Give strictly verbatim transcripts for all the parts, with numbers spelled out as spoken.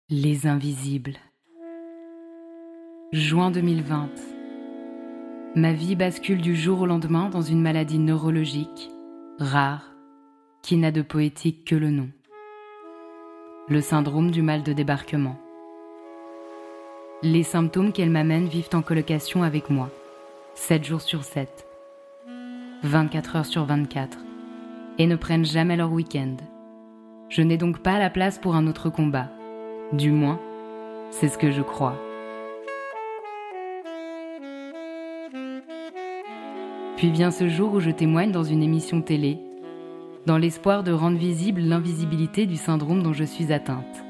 Les invisibles. Juin deux mille vingt. Ma vie bascule du jour au lendemain dans une maladie neurologique, rare, qui n'a de poétique que le nom. Le syndrome du mal de débarquement. Les symptômes qu'elle m'amène vivent en colocation avec moi, sept jours sur sept, vingt-quatre heures sur vingt-quatre, et ne prennent jamais leur week-end. Je n'ai donc pas la place pour un autre combat. Du moins, c'est ce que je crois. Puis vient ce jour où je témoigne dans une émission télé, dans l'espoir de rendre visible l'invisibilité du syndrome dont je suis atteinte.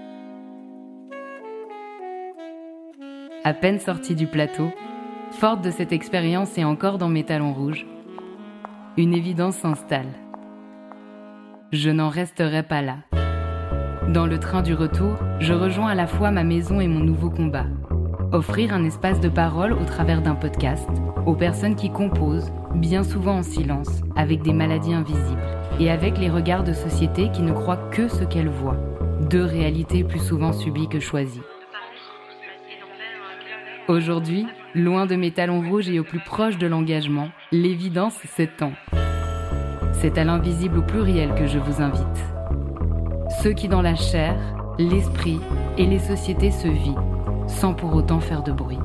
À peine sortie du plateau, forte de cette expérience et encore dans mes talons rouges, une évidence s'installe. Je n'en resterai pas là. Dans le train du retour, je rejoins à la fois ma maison et mon nouveau combat. Offrir un espace de parole au travers d'un podcast aux personnes qui composent, bien souvent en silence, avec des maladies invisibles et avec les regards de société qui ne croient que ce qu'elles voient. Deux réalités plus souvent subies que choisies. Aujourd'hui, loin de mes talons rouges et au plus proche de l'engagement, l'évidence s'étend. C'est à l'invisible au pluriel que je vous invite. Ceux qui dans la chair, l'esprit et les sociétés se vivent, sans pour autant faire de bruit.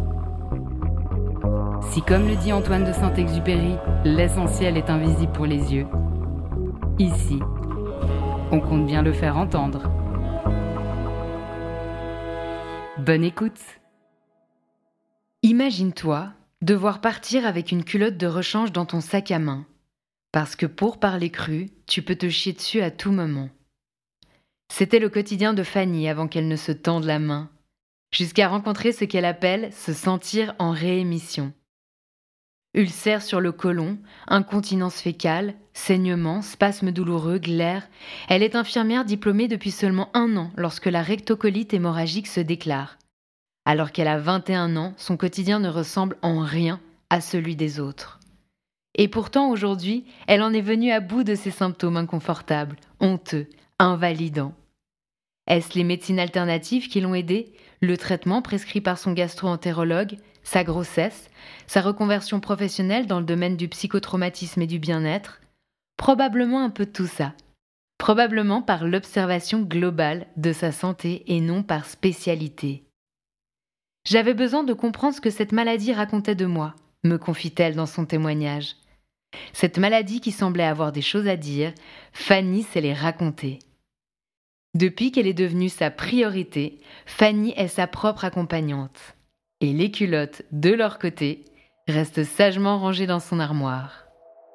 Si comme le dit Antoine de Saint-Exupéry, l'essentiel est invisible pour les yeux, ici, on compte bien le faire entendre. Bonne écoute. Imagine-toi devoir partir avec une culotte de rechange dans ton sac à main, parce que pour parler cru, tu peux te chier dessus à tout moment. C'était le quotidien de Fanny avant qu'elle ne se tende la main, jusqu'à rencontrer ce qu'elle appelle se sentir en réémission. Ulcère sur le côlon, incontinence fécale, saignement, spasmes douloureux, glaires, elle est infirmière diplômée depuis seulement un an lorsque la rectocolite hémorragique se déclare. Alors qu'elle a vingt et un ans, son quotidien ne ressemble en rien à celui des autres. Et pourtant aujourd'hui, elle en est venue à bout de ses symptômes inconfortables, honteux, invalidants. Est-ce les médecines alternatives qui l'ont aidée, le traitement prescrit par son gastro-entérologue, sa grossesse, sa reconversion professionnelle dans le domaine du psychotraumatisme et du bien-être? Probablement un peu de tout ça. Probablement par l'observation globale de sa santé et non par spécialité. J'avais besoin de comprendre ce que cette maladie racontait de moi, me confie-t-elle dans son témoignage. Cette maladie qui semblait avoir des choses à dire, Fanny sait les raconter. Depuis qu'elle est devenue sa priorité, Fanny est sa propre accompagnante. Et les culottes, de leur côté, restent sagement rangées dans son armoire.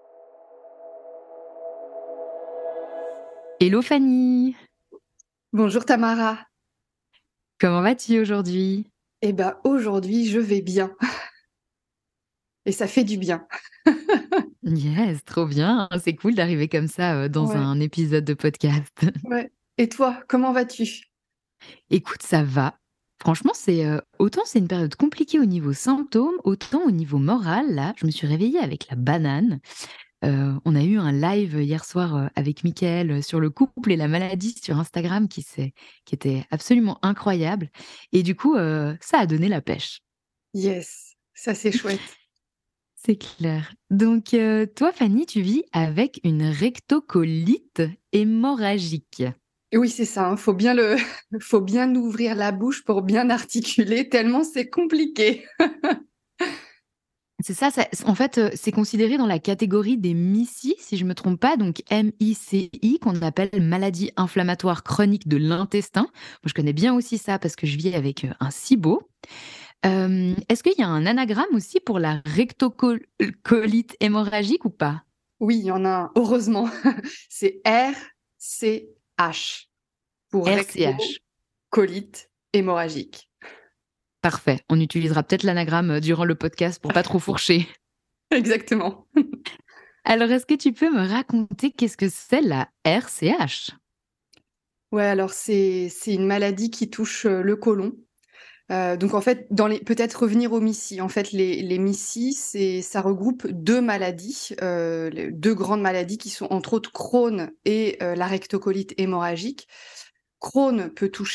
Hello Fanny! Bonjour Tamara. Comment vas-tu aujourd'hui? Eh ben aujourd'hui, je vais bien. Et ça fait du bien. Yes, trop bien! C'est cool d'arriver comme ça euh, dans Ouais, un épisode de podcast. ouais. Et toi, comment vas-tu? Écoute, ça va. Franchement, c'est euh, autant c'est une période compliquée au niveau symptômes, autant au niveau moral. Là, je me suis réveillée avec la banane. Euh, on a eu un live hier soir euh, avec Mickaël euh, sur le couple et la maladie sur Instagram qui, s'est- qui était absolument incroyable. Et du coup, euh, ça a donné la pêche. Yes, ça c'est chouette. C'est clair. Donc, euh, toi, Fanny, tu vis avec une rectocolite hémorragique. Et oui, c'est ça, hein, faut bien le, faut bien ouvrir la bouche pour bien articuler, tellement c'est compliqué. C'est ça, ça- en fait, euh, c'est considéré dans la catégorie des M I C I, si je ne me trompe pas, donc M I C I, qu'on appelle maladie inflammatoire chronique de l'intestin. Moi, je connais bien aussi ça parce que je vis avec euh, un SIBO. Euh, est-ce qu'il y a un anagramme aussi pour la rectocolite hémorragique ou pas? Oui, il y en a un, heureusement. C'est R C H pour R C H. rectocolite hémorragique. Parfait. On utilisera peut-être l'anagramme euh, durant le podcast pour pas trop fourcher. Exactement. Alors, est-ce que tu peux me raconter qu'est-ce que c'est la R C H? Ouais, alors c'est c'est une maladie qui touche euh, le côlon. Euh, donc en fait, dans les peut-être revenir aux M I C I. En fait, les, les M I C I, c'est ça regroupe deux maladies, euh, les deux grandes maladies qui sont entre autres Crohn et euh, la rectocolite hémorragique. Crohn peut toucher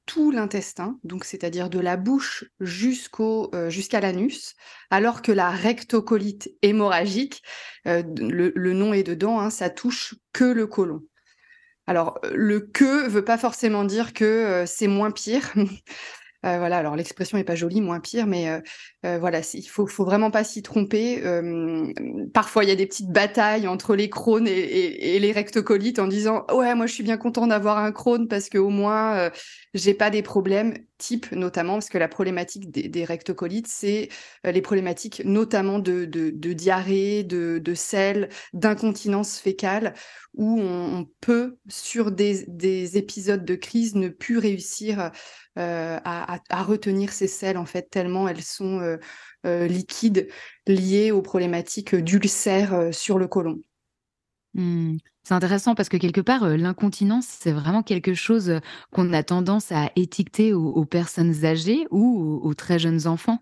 tout l'intestin, donc c'est-à-dire de la bouche jusqu'au, heu, jusqu'à l'anus, alors que la rectocolite hémorragique, heu, d le le nom est dedans, hein, ça touche que le côlon. Alors, heu, le «que» veut pas forcément dire que, heu, c'est moins pire. Heu, voilà, alors l'expression est pas jolie, moins pire, mais heu heu, voilà, c'est il faut faut vraiment pas s'y tromper. Hem, parfois, il y a des petites batailles entre les Crohn et et et les rectocolites en disant: «Ouais, moi, je suis bien content d'avoir un Crohn parce qu'au moins, heu, j'ai pas des problèmes», type notamment parce que la problématique des des rectocolites, c'est, heu, les problématiques notamment de de de diarrhée, de de selle, d'incontinence fécale où on on peut, sur des des épisodes de crise, ne plus réussir, heu, à à à retenir ces selles, en fait, tellement elles sont, heu heu, liquides, liées aux problématiques, d'ulcères, heu, sur le côlon. Mmh. C'est intéressant parce que quelque part, heu, l'incontinence, c'est vraiment quelque chose, heu, qu'on a tendance à étiqueter aux aux personnes âgées ou aux aux très jeunes enfants?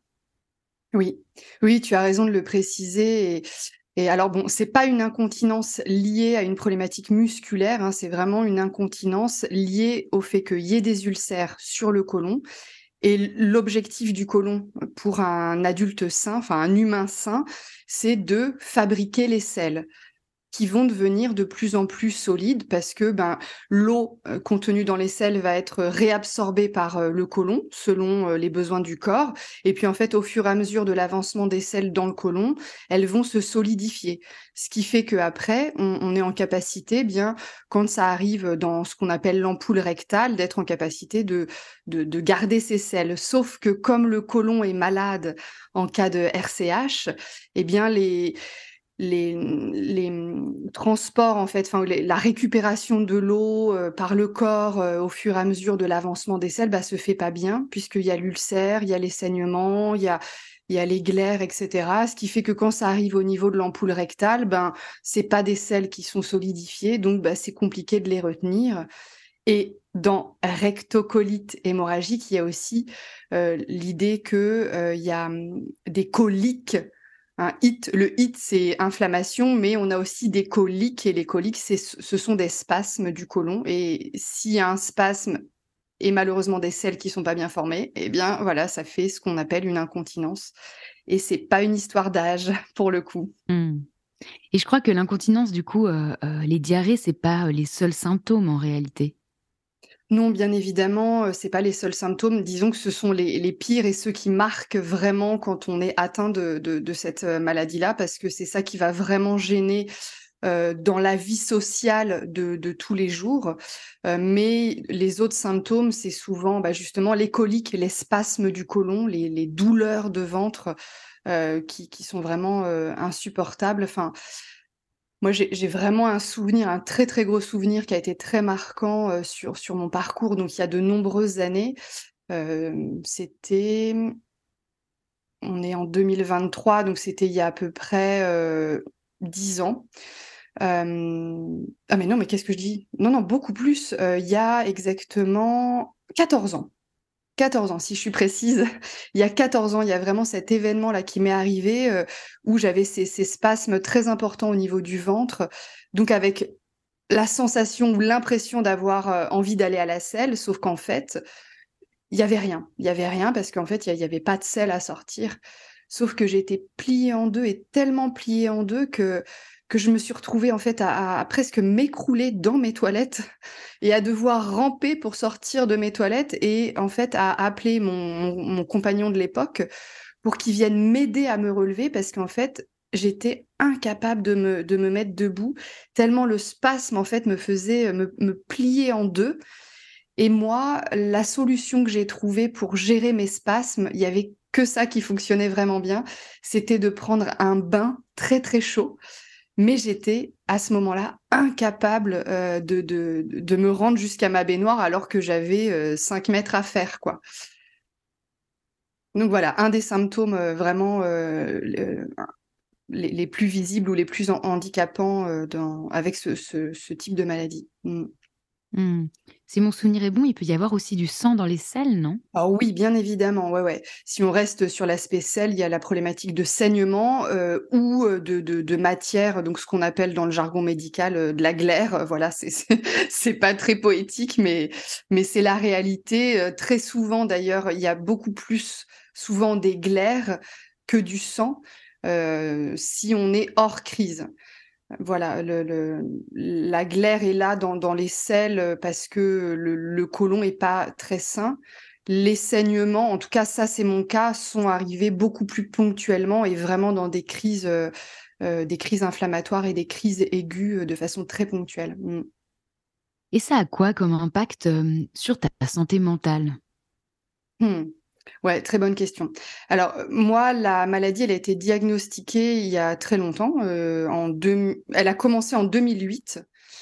Oui, oui, tu as raison de le préciser et et alors bon, c'est pas une incontinence liée à une problématique musculaire, hein, c'est vraiment une incontinence liée au fait qu'il y ait des ulcères sur le côlon et l'objectif du côlon pour un adulte sain, enfin un humain sain, c'est de fabriquer les selles qui vont devenir de plus en plus solides parce que, ben, l'eau, heu, contenue dans les selles va être réabsorbée par, heu, le côlon selon, heu, les besoins du corps et puis, en fait, au fur et à mesure de l'avancement des selles dans le côlon, elles vont se solidifier. Ce qui fait qu'après, on on est en capacité, bien, quand ça arrive dans ce qu'on appelle l'ampoule rectale, d'être en capacité de de de garder ces selles. Sauf que comme le côlon est malade en cas de R C H, eh bien les les, mmh, les, mmh, transports en fait, enfin les la récupération de l'eau, heu, par le corps, heu, au fur et à mesure de l'avancement des selles, bah, se fait pas bien puisqu'il y a l'ulcère, il y a les saignements, il y a il y a les glaires et cetera. Ce qui fait que quand ça arrive au niveau de l'ampoule rectale, ben, c'est pas des selles qui sont solidifiées donc bah, c'est compliqué de les retenir et dans rectocolite hémorragique, il y a aussi, heu, l'idée que, heu, il y a, mmh, des coliques, un it le it, c'est inflammation, mais on a aussi des coliques et les coliques, c'est ce sont des spasmes du côlon et s'il y a un spasme et malheureusement des selles qui sont pas bien formées, eh bien, voilà, ça fait ce qu'on appelle une incontinence et c'est pas une histoire d'âge pour le coup. Mmh. Et je crois que l'incontinence du coup, heu heu, les diarrhées, c'est pas, heu, les seuls symptômes en réalité? Non, bien évidemment, heu, c'est pas les seuls symptômes. Disons que ce sont les les pires et ceux qui marquent vraiment quand on est atteint de de de cette, heu, maladie-là, parce que c'est ça qui va vraiment gêner, heu, dans la vie sociale de de tous les jours. Heu, mais les autres symptômes, c'est souvent, bah, justement les coliques, les spasmes du côlon, les les douleurs de ventre, heu, qui qui sont vraiment, heu, insupportables. Enfin, moi, j'ai j'ai vraiment un souvenir, un très, très gros souvenir qui a été très marquant, heu, sur sur mon parcours, donc il y a de nombreuses années. Hem, c'était, mmh, on est en deux mille vingt-trois, donc c'était il y a à peu près, heu, dix ans. Hem, ah mais non, mais qu'est-ce que je dis? Non, non, beaucoup plus, heu, il y a exactement quatorze ans. quatorze ans, si je suis précise. Il y a quatorze ans, il y a vraiment cet événement-là qui m'est arrivé, heu, où j'avais ces ces spasmes très importants au niveau du ventre, donc avec la sensation ou l'impression d'avoir, heu, envie d'aller à la selle, sauf qu'en fait, il y avait rien. Il y avait rien parce qu'en fait, il y a il y avait pas de selle à sortir. Sauf que j'ai été pliée en deux et tellement pliée en deux que que je me suis retrouvée en fait à à à presque m'écrouler dans mes toilettes et à devoir ramper pour sortir de mes toilettes et en fait à appeler mon mon mon compagnon de l'époque pour qu'il vienne m'aider à me relever parce qu'en fait, j'étais incapable de me de me mettre debout tellement le spasme en fait me faisait, me me plier en deux et moi, la solution que j'ai trouvée pour gérer mes spasmes, il y avait que ça qui fonctionnait vraiment bien, c'était de prendre un bain très, très chaud. Mais j'étais, à ce moment-là, incapable, heu, de de de me rendre jusqu'à ma baignoire alors que j'avais, heu, cinq mètres à faire, quoi. Donc voilà, un des symptômes, heu, vraiment, heu, le les les plus visibles ou les plus han handicapants, heu, dans avec ce ce ce type de maladie. Mmh. Mmh. Si mon souvenir est bon, il peut y avoir aussi du sang dans les selles, non? Alors oui, bien évidemment, ouais, ouais. Si on reste sur l'aspect sel, il y a la problématique de saignement, heu, ou heu, de de de matière, donc ce qu'on appelle dans le jargon médical, heu, de la glaire. Heu, voilà, c'est c'est c'est pas très poétique, mais mais c'est la réalité. Heu, très souvent d'ailleurs, il y a beaucoup plus souvent des glaires que du sang, heu, si on est hors crise. Voilà, le le la glaire est là dans dans les selles, heu, parce que le le côlon est pas très sain. Les saignements, en tout cas ça c'est mon cas, sont arrivés beaucoup plus ponctuellement et vraiment dans des crises, heu heu, des crises inflammatoires et des crises aiguës, heu, de façon très ponctuelle. Mmh. Et ça a quoi comme impact, hem, sur ta santé mentale? Mmh. Ouais, très bonne question. Alors, heu, moi, la maladie, elle a été diagnostiquée il y a très longtemps, heu, en deux elle a commencé en deux mille huit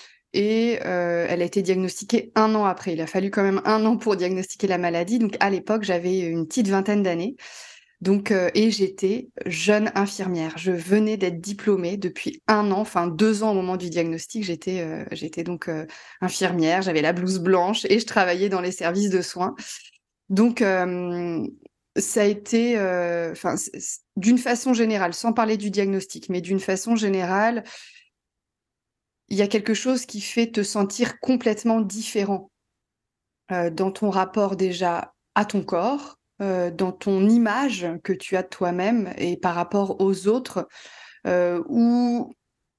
et heu, elle a été diagnostiquée un an après. Il a fallu quand même un an pour diagnostiquer la maladie. Donc à l'époque, j'avais une petite vingtaine d'années. Donc heu et j'étais jeune infirmière. Je venais d'être diplômée depuis un an, enfin deux ans au moment du diagnostic. J'étais, heu, j'étais donc, heu, infirmière, j'avais la blouse blanche et je travaillais dans les services de soins. Donc hem, ça a été, heu, enfin, c c d'une façon générale, sans parler du diagnostic, mais d'une façon générale, il y a quelque chose qui fait te sentir complètement différent, heu, dans ton rapport déjà à ton corps, heu, dans ton image que tu as de toi-même et par rapport aux autres, heu, où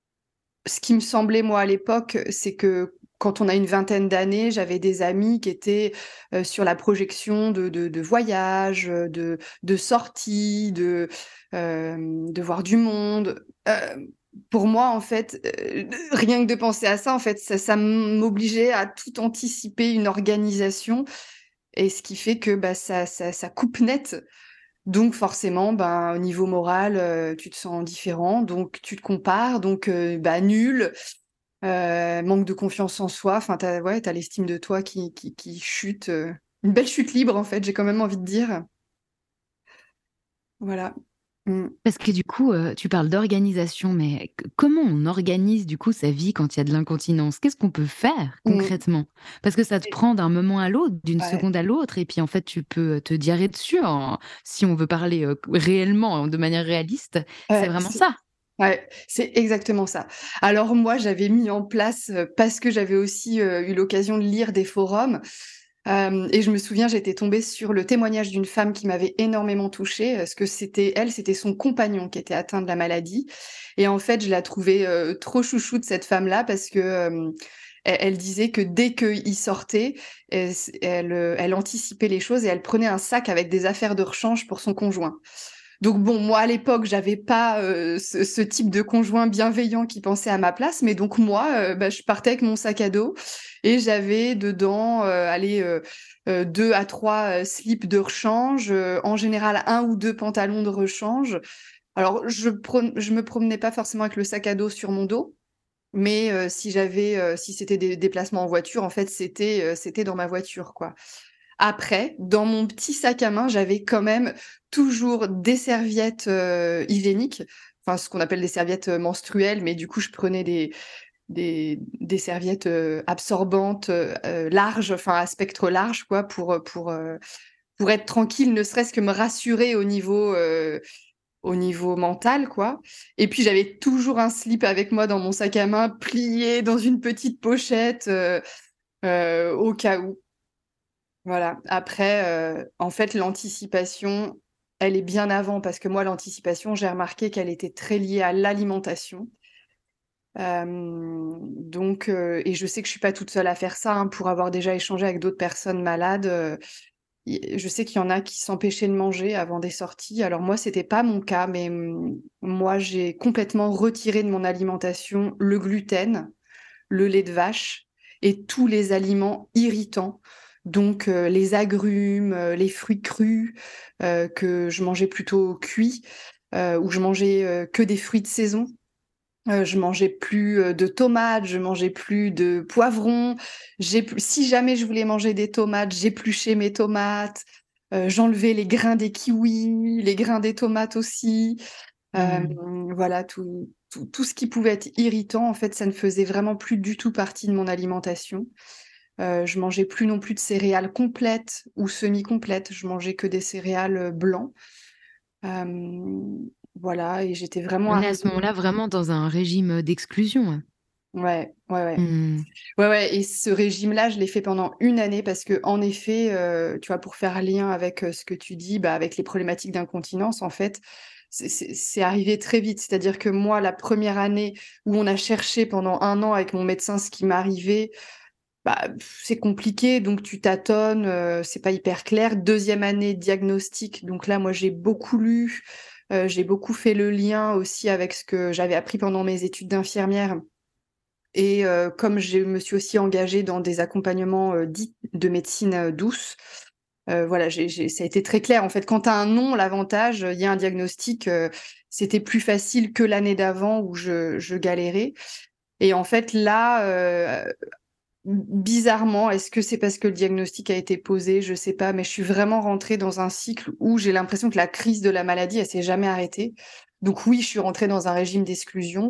ce qui me semblait moi à l'époque, c'est que quand on a une vingtaine d'années, j'avais des amis qui étaient, heu, sur la projection de de de voyages, heu, de de sorties, de, hem, de voir du monde. Heu, pour moi, en fait, heu, rien que de penser à ça, en fait, ça ça m'obligeait à tout anticiper, une organisation et ce qui fait que, bah, ça ça ça coupe net. Donc forcément, ben, au niveau moral, heu, tu te sens différent, donc tu te compares, donc heu, bah, nul. Heu, manque de confiance en soi, enfin tu as ouais, tu as l'estime de toi qui qui qui chute, heu, une belle chute libre en fait, j'ai quand même envie de dire. Voilà. Mmh. Parce que du coup, heu, tu parles d'organisation, mais c comment on organise du coup sa vie quand il y a de l'incontinence? Qu'est-ce qu'on peut faire Mmh. concrètement? Parce que ça te prend d'un moment à l'autre, d'une Ouais, seconde à l'autre et puis en fait tu peux te diarrhée dessus en si on veut parler, heu, réellement, de manière réaliste, c'est ouais, vraiment c'est ça. ouais, c'est exactement ça. Alors moi, j'avais mis en place, heu, parce que j'avais aussi, heu, eu l'occasion de lire des forums, hem et je me souviens, j'étais tombée sur le témoignage d'une femme qui m'avait énormément touchée, parce que c'était elle, c'était son compagnon qui était atteint de la maladie et en fait, je la trouvais, heu, trop chouchoute cette femme-là parce que, hem, elle elle disait que dès qu'il sortait, elle s elle, heu, elle anticipait les choses et elle prenait un sac avec des affaires de rechange pour son conjoint. Donc bon, moi à l'époque, j'avais pas, heu, ce ce type de conjoint bienveillant qui pensait à ma place, mais donc moi, heu, bah, je partais avec mon sac à dos et j'avais dedans, heu, allez, heu heu, deux à trois, heu, slips de rechange, heu, en général un ou deux pantalons de rechange. Alors je prom je me promenais pas forcément avec le sac à dos sur mon dos, mais heu, si j'avais, heu, si c'était des déplacements en voiture, en fait, c'était, heu, c'était dans ma voiture, quoi. Après, dans mon petit sac à main, j'avais quand même toujours des serviettes, heu, hygiéniques, enfin ce qu'on appelle des serviettes, heu, menstruelles, mais du coup je prenais des des des serviettes, heu, absorbantes, heu heu, larges, enfin à spectre large quoi pour, heu pour, heu, pour être tranquille, ne serait-ce que me rassurer au niveau, heu, au niveau mental quoi et puis j'avais toujours un slip avec moi dans mon sac à main, plié dans une petite pochette, heu heu, au cas où. Voilà, après, heu, en fait, l'anticipation, elle est bien avant parce que moi, l'anticipation, j'ai remarqué qu'elle était très liée à l'alimentation. Hem, donc heu et je sais que je suis pas toute seule à faire ça, hein, pour avoir déjà échangé avec d'autres personnes malades, heu, i je sais qu'il y en a qui s'empêchaient de manger avant des sorties. Alors moi, c'était pas mon cas, mais mmh, moi, j'ai complètement retiré de mon alimentation le gluten, le lait de vache et tous les aliments irritants. Donc, heu, les agrumes, heu, les fruits crus, heu, que je mangeais plutôt cuits, heu, ou je mangeais, heu, que des fruits de saison. Heu, je mangeais plus, heu, de tomates, je mangeais plus de poivrons. J'ép si jamais je voulais manger des tomates, j'épluchais mes tomates. Heu, j'enlevais les grains des kiwis, les grains des tomates aussi. Hem, Mmh. voilà, tout tout tout ce qui pouvait être irritant, en fait, ça ne faisait vraiment plus du tout partie de mon alimentation. Heu, je mangeais plus non plus de céréales complètes ou semi-complètes, je mangeais que des céréales, heu, blancs. Hem, voilà et j'étais vraiment On est à ce arrivée moment-là vraiment dans un régime, d'exclusion, ouais. ouais, ouais, ouais. Mmh. Ouais, ouais et ce régime-là, je l'ai fait pendant une année parce qu'en effet, heu, tu vois, pour faire lien avec, heu, ce que tu dis, bah, avec les problématiques d'incontinence, en fait, c'est c'est c'est arrivé très vite. C'est-à-dire que moi, la première année où on a cherché pendant un an avec mon médecin ce qui m'arrivait, bah, pff, c'est compliqué, donc tu tâtonnes, heu, c'est pas hyper clair. Deuxième année, diagnostic, donc là, moi, j'ai beaucoup lu, heu, j'ai beaucoup fait le lien aussi avec ce que j'avais appris pendant mes études d'infirmière et heu, comme je me suis aussi engagée dans des accompagnements, heu, dits de médecine, heu, douce, heu, voilà, j'ai j'ai ça a été très clair. En fait, quand tu as un nom, l'avantage, il y a un diagnostic, heu, c'était plus facile que l'année d'avant où je je galérais et en fait là, heu, bizarrement, est-ce que c'est parce que le diagnostic a été posé? Je sais pas, mais je suis vraiment rentrée dans un cycle où j'ai l'impression que la crise de la maladie, elle s'est jamais arrêtée. Donc oui, je suis rentrée dans un régime d'exclusion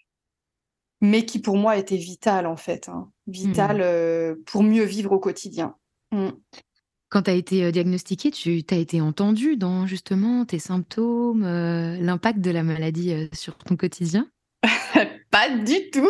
mais qui pour moi était vital en fait, hein. Vital, Mmh. heu, pour mieux vivre au quotidien. Mmh. Quand tu as été, heu, diagnostiquée, tu tu as été entendue dans justement tes symptômes, heu, l'impact de la maladie, heu, sur ton quotidien? Pas du tout!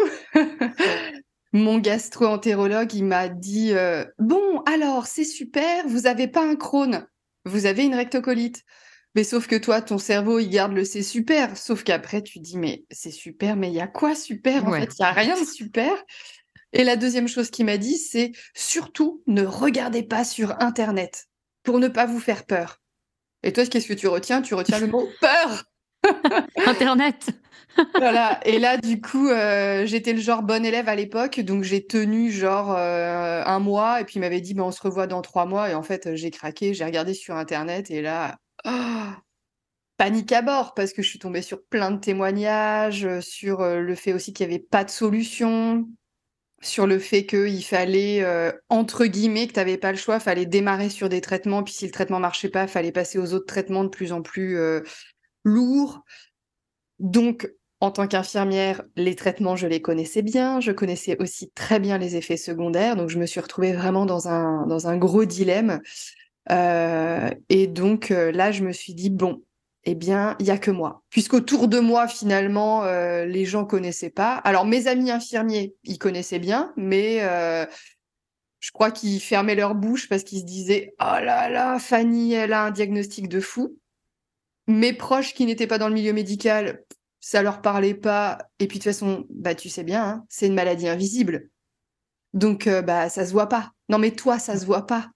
Mon gastro-entérologue, il m'a dit, heu: «Bon alors c'est super, vous avez pas un Crohn, vous avez une rectocolite». Mais sauf que toi, ton cerveau, il garde le «c'est super», sauf qu'après tu dis: «Mais c'est super, mais il y a quoi super en Ouais. fait? Il y a rien de super». Et la deuxième chose qu'il m'a dit, c'est: «Surtout ne regardez pas sur internet, pour ne pas vous faire peur». Et toi, qu'est-ce que tu retiens? Tu retiens le mot «peur». Internet! Voilà et là, du coup, heu, j'étais le genre bonne élève à l'époque, donc j'ai tenu genre, heu, un mois et puis il m'avait dit: «Bah, on se revoit dans trois mois» et en fait, heu, j'ai craqué, j'ai regardé sur internet et là, oh, panique à bord parce que je suis tombée sur plein de témoignages, heu, sur, heu, le fait aussi qu'il y avait pas de solution, sur le fait qu'il fallait, heu, entre guillemets, que tu avais pas le choix, fallait démarrer sur des traitements, puis si le traitement marchait pas, fallait passer aux autres traitements de plus en plus, heu, lourds. Donc, en tant qu'infirmière, les traitements, je les connaissais bien. Je connaissais aussi très bien les effets secondaires. Donc, je me suis retrouvée vraiment dans un, dans un gros dilemme. Euh, et donc, euh, là, je me suis dit, bon, eh bien, il y a que moi. Puisqu'autour de moi, finalement, euh, les gens connaissaient pas. Alors, mes amis infirmiers, ils connaissaient bien, mais euh, je crois qu'ils fermaient leur bouche parce qu'ils se disaient, oh là là, Fanny, elle a un diagnostic de fou. Mes proches qui n'étaient pas dans le milieu médical, ça leur parlait pas. Et puis de toute façon, bah tu sais bien, hein, c'est une maladie invisible. Donc euh, bah ça se voit pas. Non mais toi, ça se voit pas.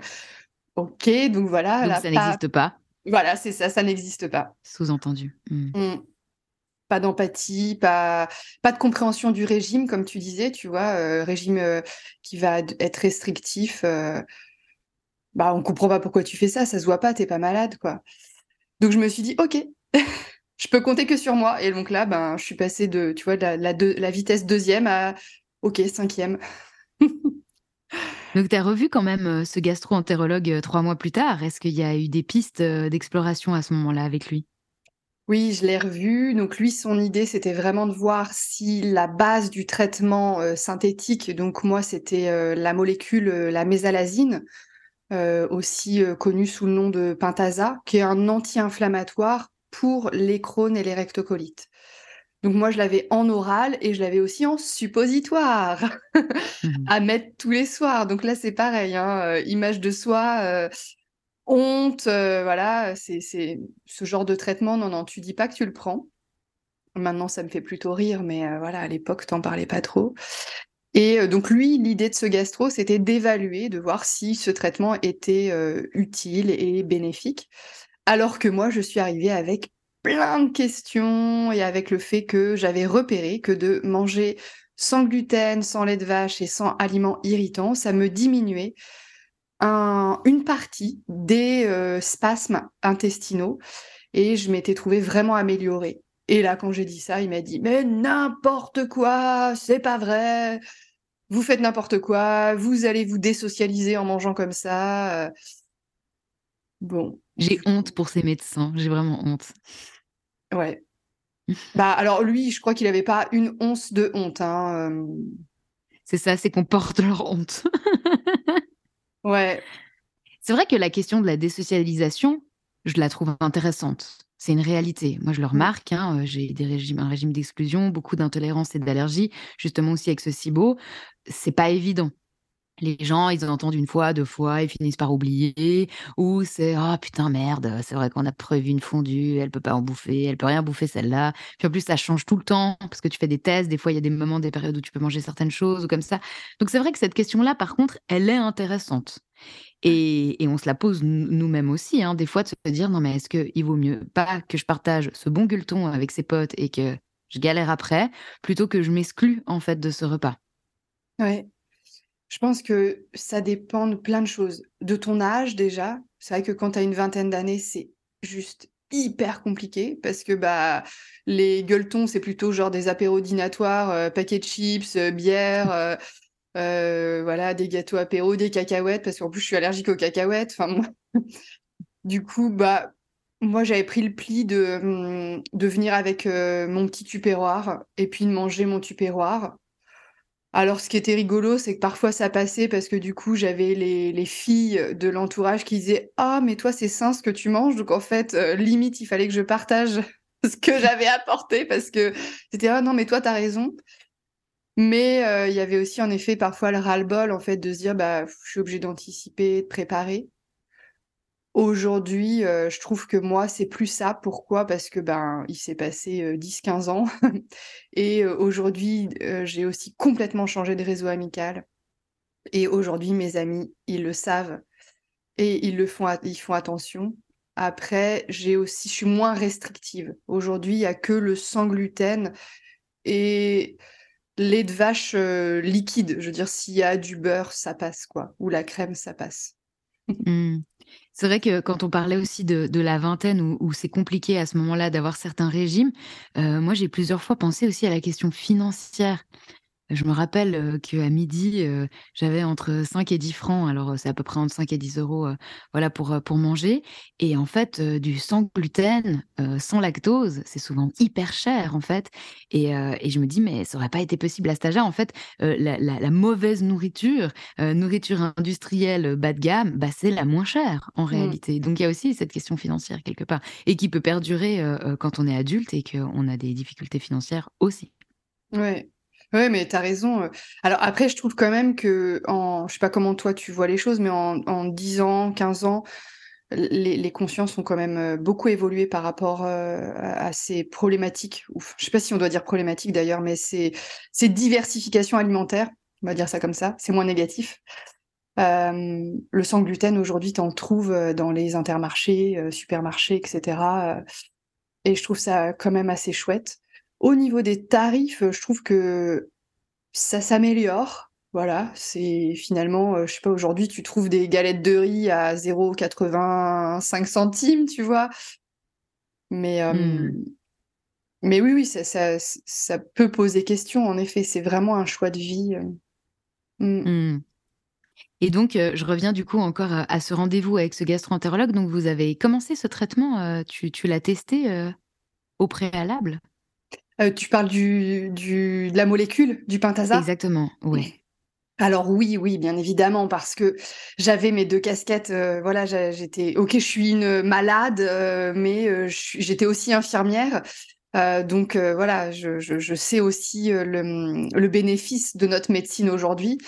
Ok, donc voilà, Donc là, ça pas. n'existe pas, Voilà, c'est ça, ça n'existe pas. sous-entendu. Mmh. Mm. Pas d'empathie, pas, pas de compréhension du régime, comme tu disais, tu vois, euh, régime euh, qui va d- être restrictif. Euh, bah on comprend pas pourquoi tu fais ça, ça se voit pas, t'es pas malade, quoi. Donc je me suis dit, ok, je peux compter que sur moi. Et donc là, ben, je suis passée de, tu vois, de la, la, deux- la vitesse deuxième à, ok, cinquième. Donc tu as revu quand même, heu, ce gastro-entérologue, heu, trois mois plus tard. Est-ce qu'il y a eu des pistes, heu, d'exploration à ce moment-là avec lui? Oui, je l'ai revu. Donc lui, son idée, c'était vraiment de voir si la base du traitement euh, synthétique, donc moi, c'était euh, la molécule, euh, la mésalazine, euh, aussi euh, connue sous le nom de Pentasa, qui est un anti-inflammatoire pour les Crohn et les rectocolites. Donc moi, je l'avais en oral et je l'avais aussi en suppositoire Mmh. à mettre tous les soirs. Donc là, c'est pareil, hein, euh, image de soi, euh, honte, euh, voilà, c'est, c'est ce genre de traitement. Non, non, tu dis pas que tu le prends. Maintenant, ça me fait plutôt rire, mais euh, voilà, à l'époque, t'en parlais pas trop. Et euh, donc lui, l'idée de ce gastro, c'était d'évaluer, de voir si ce traitement était euh, utile et bénéfique. Alors que moi, je suis arrivée avec plein de questions et avec le fait que j'avais repéré que de manger sans gluten, sans lait de vache et sans aliments irritants, ça me diminuait un- une partie des euh, spasmes intestinaux et je m'étais trouvée vraiment améliorée. Et là, quand j'ai dit ça, il m'a dit, mais n'importe quoi, c'est pas vrai, vous faites n'importe quoi, vous allez vous désocialiser en mangeant comme ça. Euh, Bon, J'ai du honte coup, pour ces médecins, j'ai vraiment honte. ouais. Bah alors lui, je crois qu'il avait pas une once de honte, hein. euh, C'est ça, c'est qu'on porte leur honte. Ouais. C'est vrai que la question de la désocialisation, je la trouve intéressante. C'est une réalité. Moi, je le Mmh. remarque, hein, heu, j'ai des régimes un régime d'exclusion, beaucoup d'intolérance et d'allergies, justement aussi avec ce SIBO. C'est pas évident. Les gens, ils entendent une fois, deux fois, ils finissent par oublier ou c'est: «Ah putain, merde, c'est vrai qu'on a prévu une fondue, elle peut pas en bouffer, elle peut rien bouffer celle-là». Puis en plus, ça change tout le temps parce que tu fais des tests, des fois, il y a des moments, des périodes où tu peux manger certaines choses ou comme ça. Donc c'est vrai que cette question-là, par contre, elle est intéressante. Et et on se la pose nous nous-mêmes aussi, hein, des fois de se dire: «Non mais est-ce qu'il vaut mieux pas que je partage ce bon gueuleton avec ses potes et que je galère après, plutôt que je m'exclus en fait de ce repas?» Ouais. Je pense que ça dépend de plein de choses. De ton âge déjà, c'est vrai que quand tu as une vingtaine d'années, c'est juste hyper compliqué parce que, bah, les gueuletons, c'est plutôt genre des apéros dînatoires, heu, paquets de chips, heu, bière, heu heu, voilà, des gâteaux apéros, des cacahuètes parce qu'en plus je suis allergique aux cacahuètes. Enfin moi du coup, bah, moi j'avais pris le pli de, mmh, de venir avec, heu, mon petit tupperware et puis de manger mon tupperware. Alors ce qui était rigolo, c'est que parfois ça passait parce que du coup, j'avais les les filles de l'entourage qui disaient: «Ah mais toi c'est sain ce que tu manges», donc en fait, heu, limite il fallait que je partage ce que j'avais apporté parce que c'était: «Ah non mais toi tu as raison». Mais heu, il y avait aussi en effet parfois le ras-le-bol en fait de se dire: «Bah, je suis obligée d'anticiper, de préparer». Aujourd'hui, heu, je trouve que moi, c'est plus ça. Pourquoi? Parce que, ben, il s'est passé, heu, dix quinze ans et heu, aujourd'hui, heu, j'ai aussi complètement changé de réseau amical et aujourd'hui, mes amis, ils le savent et ils le font at ils font attention. Après, j'ai aussi je suis moins restrictive. Aujourd'hui, il y a que le sans gluten et lait de vache, heu, liquide. Je veux dire, s'il y a du beurre, ça passe, quoi, ou la crème, ça passe. Mmh. C'est vrai que quand on parlait aussi de de la vingtaine où où c'est compliqué à ce moment-là d'avoir certains régimes, heu, moi j'ai plusieurs fois pensé aussi à la question financière. Je me rappelle, heu, qu'à midi, heu, j'avais entre cinq et dix francs, alors, heu, c'est à peu près entre cinq et dix euros, heu, voilà pour, heu, pour manger et en fait, heu, du sans gluten, heu, sans lactose, c'est souvent hyper cher, en fait et heu et je me dis: «Mais ça aurait pas été possible à cet âge-là?» En fait, heu, la la la mauvaise nourriture, heu, nourriture industrielle, heu, bas de gamme, bah, c'est la moins chère en Mmh. réalité. Donc il y a aussi cette question financière quelque part et qui peut perdurer, heu heu, quand on est adulte et qu'on a des difficultés financières aussi. Ouais. Ouais, mais tu as raison, heu. Alors après, je trouve quand même qu'en je sais pas comment toi tu vois les choses, mais en en dix ans, quinze ans, l les les consciences ont quand même, heu, beaucoup évolué par rapport, heu, à à ces problématiques. Ouf, je sais pas si on doit dire problématiques d'ailleurs, mais ces ces diversifications alimentaires, on va dire ça comme ça, c'est moins négatif. Hem, le sans gluten aujourd'hui, tu en trouves, heu, dans les intermarchés, heu, supermarchés et cetera, heu et je trouve ça quand même assez chouette. Au niveau des tarifs, heu, je trouve que ça s'améliore, voilà, c'est finalement, heu, je sais pas, aujourd'hui, tu trouves des galettes de riz à zéro virgule quatre-vingt-cinq centimes, tu vois? Mais, Mmh. hem, mais oui, oui, ça ça ç ça peut poser question, en effet, c'est vraiment un choix de vie, heu, mmh. Mmh. Et donc, heu, je reviens du coup encore à à ce rendez-vous avec ce gastro-entérologue. Donc vous avez commencé ce traitement, heu, tu tu l'as testé, heu, au préalable? Heu, tu parles du du de la molécule, du Pentasa? Exactement, ouais. Alors oui, oui, bien évidemment, parce que j'avais mes deux casquettes, heu, voilà, j'a j'étais OK, je suis une malade, heu, mais heu, je suis j'étais aussi infirmière, heu, donc heu, voilà, je je je sais aussi, heu, le, mmh, le bénéfice de notre médecine aujourd'hui.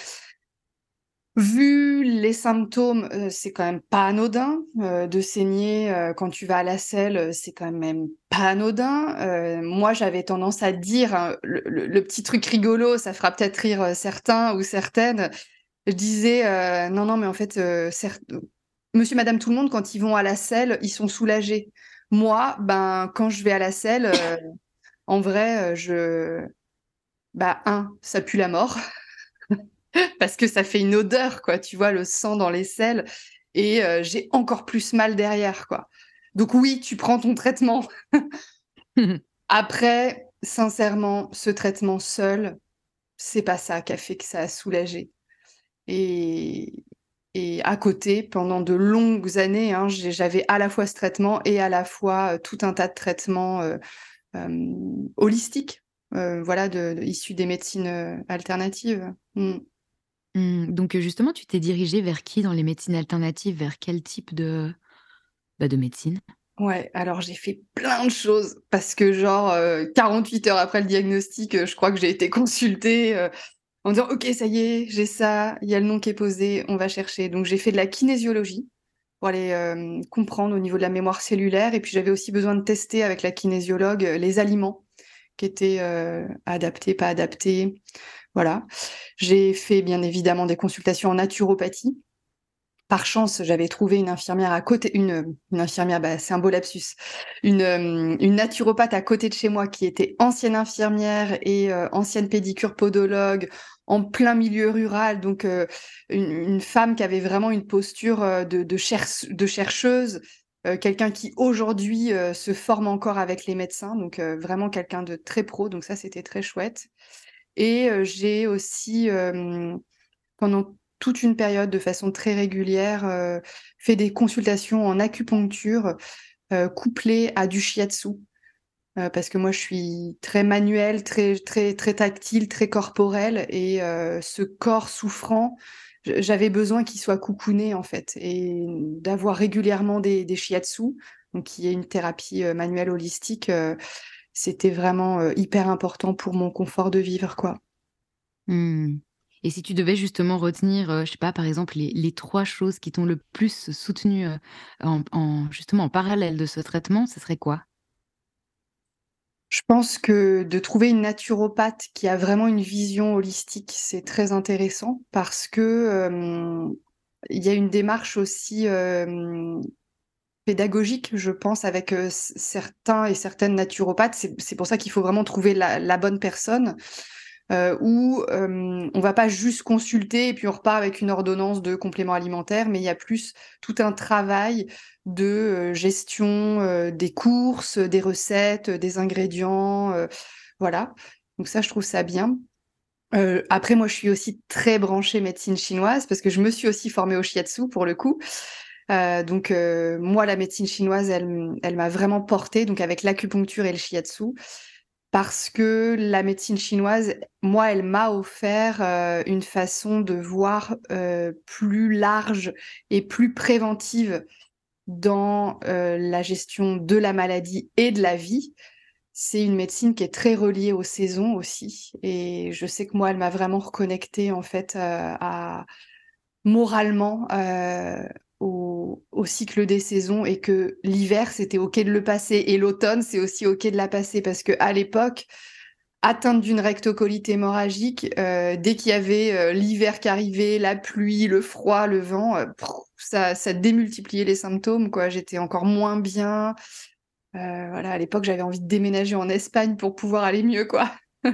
Vu les symptômes, heu, c'est quand même pas anodin, heu, de saigner, heu, quand tu vas à la selle, heu, c'est quand même pas anodin. Heu, moi, j'avais tendance à dire, hein, le le le petit truc rigolo, ça fera peut-être rire, heu, certains ou certaines. Je disais, heu: «Non, non, mais en fait, heu, cert monsieur, madame, tout le monde, quand ils vont à la selle, ils sont soulagés. Moi, ben, quand je vais à la selle, heu, en vrai, heu, je bah, un, ça pue la mort parce que ça fait une odeur, quoi, tu vois, le sang dans les selles et heu, j'ai encore plus mal derrière, quoi. Donc oui, tu prends ton traitement. Après, sincèrement, ce traitement seul, c'est pas ça qui a fait que ça a soulagé et et à côté, pendant de longues années, hein, j'ai j'avais à la fois ce traitement et à la fois, heu, tout un tas de traitements, heu, hem, holistiques. euh, voilà, de, de- issus des médecines euh, alternatives. Mm. Mmh, donc heu, justement, tu t'es dirigée vers qui dans les médecines alternatives? Vers quel type de, bah, de médecine? Ouais, alors j'ai fait plein de choses parce que genre euh, quarante-huit heures après le diagnostic, euh, je crois que j'ai été consultée euh, en disant OK, ça y est, j'ai ça, il y a le nom qui est posé, on va chercher. Donc j'ai fait de la kinésiologie pour aller euh, comprendre au niveau de la mémoire cellulaire et puis j'avais aussi besoin de tester avec la kinésiologue euh, les aliments qui étaient euh, adaptés, pas adaptés. Voilà. J'ai fait bien évidemment des consultations en naturopathie. Par chance, j'avais trouvé une infirmière à côté, une, une infirmière, bah, c'est un beau lapsus, une, euh, une naturopathe à côté de chez moi qui était ancienne infirmière et euh, ancienne pédicure podologue en plein milieu rural, donc euh, une, une femme qui avait vraiment une posture euh, de, de, cher- de chercheuse, euh, quelqu'un qui aujourd'hui euh, se forme encore avec les médecins, donc euh, vraiment quelqu'un de très pro, donc ça c'était très chouette. Et euh, j'ai aussi euh, pendant toute une période, de façon très régulière, euh, fait des consultations en acupuncture euh, couplées à du shiatsu. Euh, parce que moi, je suis très manuelle, très, très, très tactile, très corporelle. Et euh, ce corps souffrant, j- j'avais besoin qu'il soit coucouné, en fait. Et d'avoir régulièrement des, des shiatsu, donc qui est une thérapie euh, manuelle holistique, euh, c'était vraiment euh, hyper important pour mon confort de vivre, quoi. Mmh. Et si tu devais justement retenir, heu, je sais pas, par exemple, les les trois choses qui t'ont le plus soutenue, heu, en en justement en parallèle de ce traitement, ce serait quoi? Je pense que de trouver une naturopathe qui a vraiment une vision holistique, c'est très intéressant parce que hem, il y a une démarche aussi, hem, pédagogique, je pense, avec, heu, c certains et certaines naturopathes. C'est c'est pour ça qu'il faut vraiment trouver la la bonne personne, heu, où, hem, on va pas juste consulter et puis on repart avec une ordonnance de compléments alimentaires, mais il y a plus tout un travail de, heu, gestion, heu, des courses, des recettes, des ingrédients, heu, voilà. Donc ça, je trouve ça bien. Heu, après moi, je suis aussi très branchée médecine chinoise parce que je me suis aussi formée au shiatsu pour le coup. Heu, donc heu, moi, la médecine chinoise, elle m elle m'a vraiment portée, donc avec l'acupuncture et le shiatsu. Parce que la médecine chinoise, moi, elle m'a offert, heu, une façon de voir, heu, plus large et plus préventive dans, heu, la gestion de la maladie et de la vie. C'est une médecine qui est très reliée aux saisons aussi et je sais que moi, elle m'a vraiment reconnectée en fait, heu, à moralement, heu, au au cycle des saisons et que l'hiver, c'était OK de le passer et l'automne, c'est aussi OK de la passer parce qu'à l'époque, atteinte d'une rectocolite hémorragique, heu, dès qu'il y avait, heu, l'hiver qui arrivait, la pluie, le froid, le vent, heu, ça ça démultipliait les symptômes, quoi. J'étais encore moins bien. Heu, voilà, à l'époque, j'avais envie de déménager en Espagne pour pouvoir aller mieux, quoi.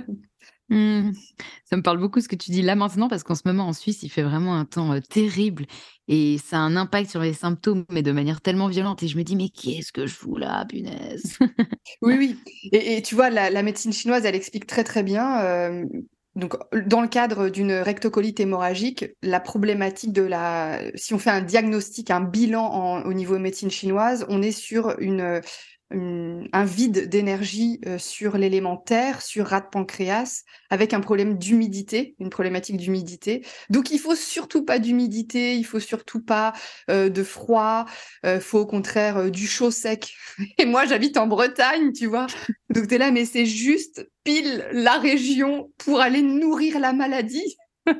Mmh. Ça me parle beaucoup ce que tu dis là maintenant parce qu'en ce moment en Suisse, il fait vraiment un temps, heu, terrible et ça a un impact sur les symptômes, mais de manière tellement violente et je me dis: «Mais qu'est-ce que je fous là, punaise?» Oui, oui et et tu vois, la la médecine chinoise, elle explique très, très bien, hem, donc dans le cadre d'une rectocolite hémorragique, la problématique de la si on fait un diagnostic, un bilan en au niveau médecine chinoise, on est sur une, une un vide d'énergie, heu, sur l'élément terre, sur rate pancréas, avec un problème d'humidité, une problématique d'humidité. Donc il faut surtout pas d'humidité, il faut surtout pas, heu, de froid, heu, faut au contraire, heu, du chaud sec. Et moi, j'habite en Bretagne, tu vois? Donc tu es là, mais c'est juste pile la région pour aller nourrir la maladie.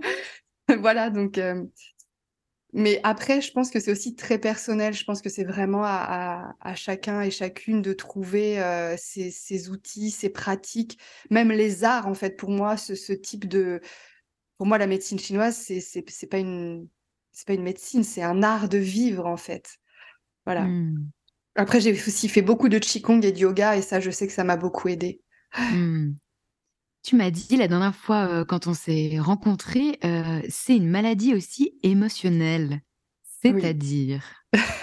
Voilà, donc hem, mais après, je pense que c'est aussi très personnel. Je pense que c'est vraiment à à à chacun et chacune de trouver, heu, ses ses outils, ses pratiques, même les arts, en fait. Pour moi, ce ce type de pour moi, la médecine chinoise, c'est c'est c'est pas une c'est pas une médecine, c'est un art de vivre, en fait. Voilà. Mmh. Après, j'ai aussi fait beaucoup de qigong et de yoga et ça, je sais que ça m'a beaucoup aidée. Mmh. Tu m'as dit la dernière fois, heu, quand on s'est rencontrés, heu, c'est une maladie aussi émotionnelle. Oui. C'est-à-dire?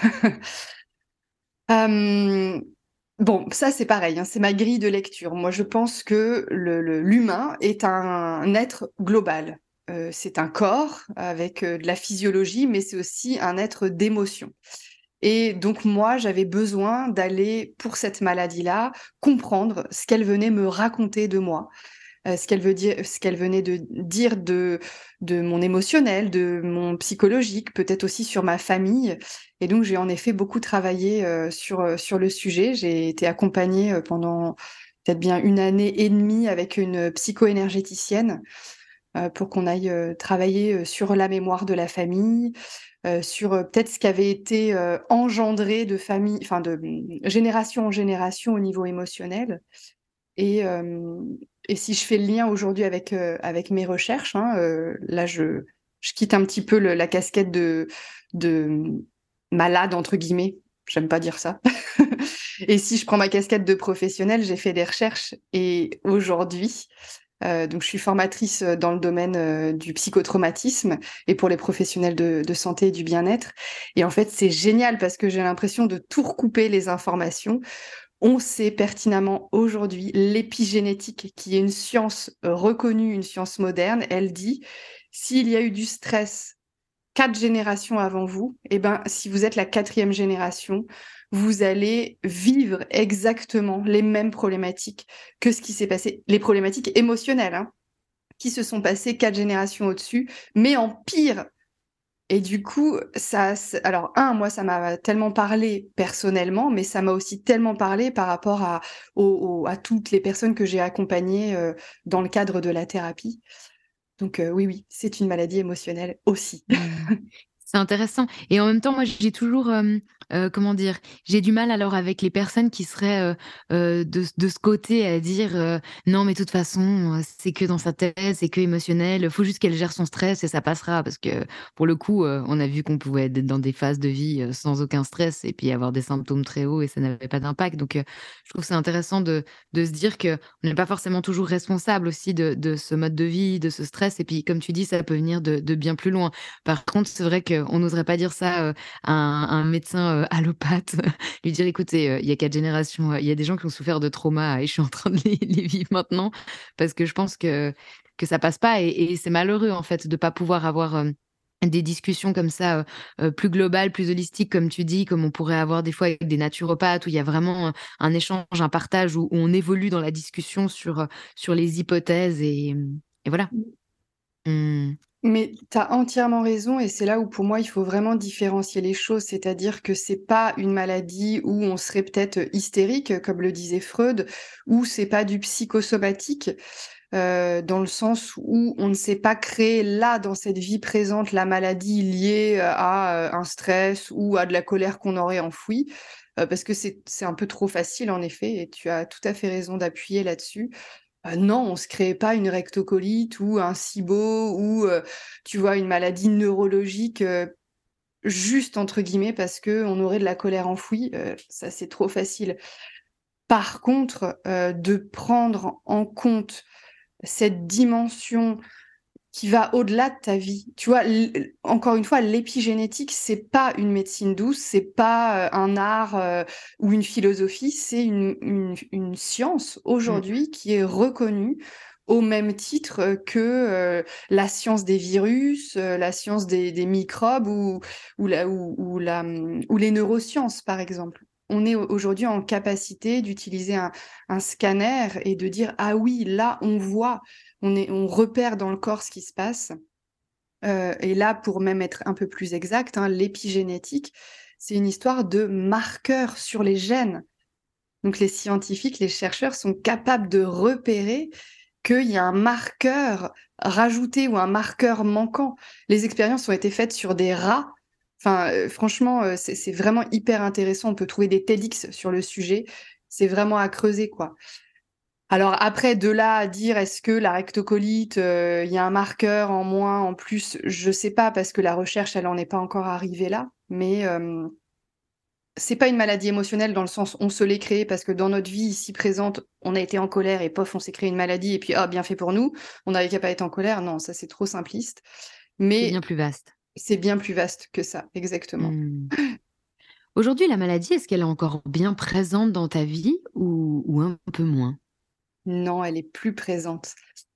Hem, bon, ça, c'est pareil, hein, c'est ma grille de lecture. Moi, je pense que le le l'humain est un être global. Heu, c'est un corps avec, heu, de la physiologie, mais c'est aussi un être d'émotion Et donc moi, j'avais besoin d'aller, pour cette maladie-là, comprendre ce qu'elle venait me raconter de moi, euh, ce qu'elle veut dire, ce qu'elle venait de dire de, de mon émotionnel, de mon psychologique, peut-être aussi sur ma famille. Et donc j'ai en effet beaucoup travaillé euh, sur, euh, sur le sujet. J'ai été accompagnée euh, pendant peut-être bien une année et demie avec une psycho-énergéticienne euh, pour qu'on aille euh, travailler euh, sur la mémoire de la famille, euh, sur euh, peut-être ce qui avait été euh, engendré de famille, enfin de hum, génération en génération au niveau émotionnel. Et, euh, et si je fais le lien aujourd'hui avec, euh, avec mes recherches, hein, euh, là je, je quitte un petit peu le- la casquette de, de hum, malade, entre guillemets, j'aime pas dire ça. Et si je prends ma casquette de professionnelle, j'ai fait des recherches et aujourd'hui, euh, donc je suis formatrice dans le domaine euh, du psychotraumatisme et pour les professionnels de, de santé et du bien-être. Et en fait, c'est génial parce que j'ai l'impression de tout recouper les informations. On sait pertinemment aujourd'hui l'épigénétique, qui est une science euh, reconnue, une science moderne. Elle dit, s'il y a eu du stress quatre générations avant vous, eh ben, si vous êtes la quatrième génération, vous allez vivre exactement les mêmes problématiques que ce qui s'est passé, les problématiques émotionnelles, hein, qui se sont passées quatre générations au-dessus, mais en pire. Et du coup, ça, c'est- alors un, moi, ça m'a tellement parlé personnellement, mais ça m'a aussi tellement parlé par rapport à, au- au- à toutes les personnes que j'ai accompagnées euh, dans le cadre de la thérapie. Donc euh, oui, oui, c'est une maladie émotionnelle aussi. Mmh. C'est intéressant et en même temps, moi, j'ai toujours, hem, heu, comment dire? J'ai du mal alors avec les personnes qui seraient, heu heu, de ce de ce côté à dire, heu: «Non, mais de toute façon, heu, c'est que dans sa tête, c'est que émotionnel, faut juste qu'elle gère son stress et ça passera». Parce que pour le coup, heu, on a vu qu'on pouvait être dans des phases de vie, heu, sans aucun stress et puis avoir des symptômes très hauts et ça n'avait pas d'impact. Donc, heu, je trouve que c'est intéressant de de se dire qu'on n'est pas forcément toujours responsable aussi de de ce mode de vie, de ce stress et puis comme tu dis, ça peut venir de de bien plus loin. Par contre, c'est vrai qu'on n'oserait pas dire ça, heu, à un à un médecin, heu, allopathe, lui dire: «Écoutez, heu, il y a quatre générations, heu, il y a des gens qui ont souffert de traumas et je suis en train de les les vivre maintenant». Parce que je pense que que ça passe pas et et c'est malheureux, en fait, de pas pouvoir avoir, hem, des discussions comme ça, heu heu, plus globales, plus holistiques, comme tu dis, comme on pourrait avoir des fois avec des naturopathes, où il y a vraiment, heu, un échange, un partage, où où on évolue dans la discussion sur, heu, sur les hypothèses et mmh et voilà. Mmh. Mais tu as entièrement raison et c'est là où pour moi il faut vraiment différencier les choses, c'est-à-dire que c'est pas une maladie où on serait peut-être hystérique, comme le disait Freud, ou c'est pas du psychosomatique, euh, dans le sens où on ne s'est pas créé là, dans cette vie présente, la maladie liée à euh, un stress ou à de la colère qu'on aurait enfouie, euh, parce que c'est c'est un peu trop facile en effet, et tu as tout à fait raison d'appuyer là-dessus. Euh, non, on se crée pas une rectocolite ou un SIBO ou, euh, tu vois, une maladie neurologique euh, juste entre guillemets parce que on aurait de la colère enfouie. Euh, ça, c'est trop facile. Par contre, euh, de prendre en compte cette dimension qui va au-delà de ta vie. Tu vois, l- encore une fois, l'épigénétique, c'est pas une médecine douce, c'est pas euh, un art euh, ou une philosophie, c'est une, une, une science Mmh. aujourd'hui qui est reconnue au même titre euh, que euh, la science des virus, euh, la science des, des microbes ou, ou, la, ou, ou, la, hum, ou les neurosciences, par exemple. On est au- aujourd'hui en capacité d'utiliser un, un scanner et de dire, ah oui, là, on voit on est, on repère dans le corps ce qui se passe. Euh, et là, pour même être un peu plus exact, hein, l'épigénétique, c'est une histoire de marqueurs sur les gènes. Donc les scientifiques, les chercheurs sont capables de repérer qu'il y a un marqueur rajouté ou un marqueur manquant. Les expériences ont été faites sur des rats. Enfin, euh, franchement, euh, c'est c'est vraiment hyper intéressant. On peut trouver des TEDx sur le sujet. C'est vraiment à creuser, quoi. Alors après, de là à dire est-ce que la rectocolite, euh, il y a un marqueur en moins, en plus, je sais pas parce que la recherche, elle en est pas encore arrivée là. Mais euh, c'est pas une maladie émotionnelle dans le sens on se l'est créée parce que dans notre vie ici présente, on a été en colère et pof, on s'est créé une maladie et puis ah bien fait pour nous, on n'avait qu'à pas être en colère. Non, ça c'est trop simpliste. C'est bien Mais plus vaste. c'est bien plus vaste que ça, exactement. Mmh. Aujourd'hui, la maladie, est-ce qu'elle est encore bien présente dans ta vie ou ou un peu moins? Non, elle est plus présente.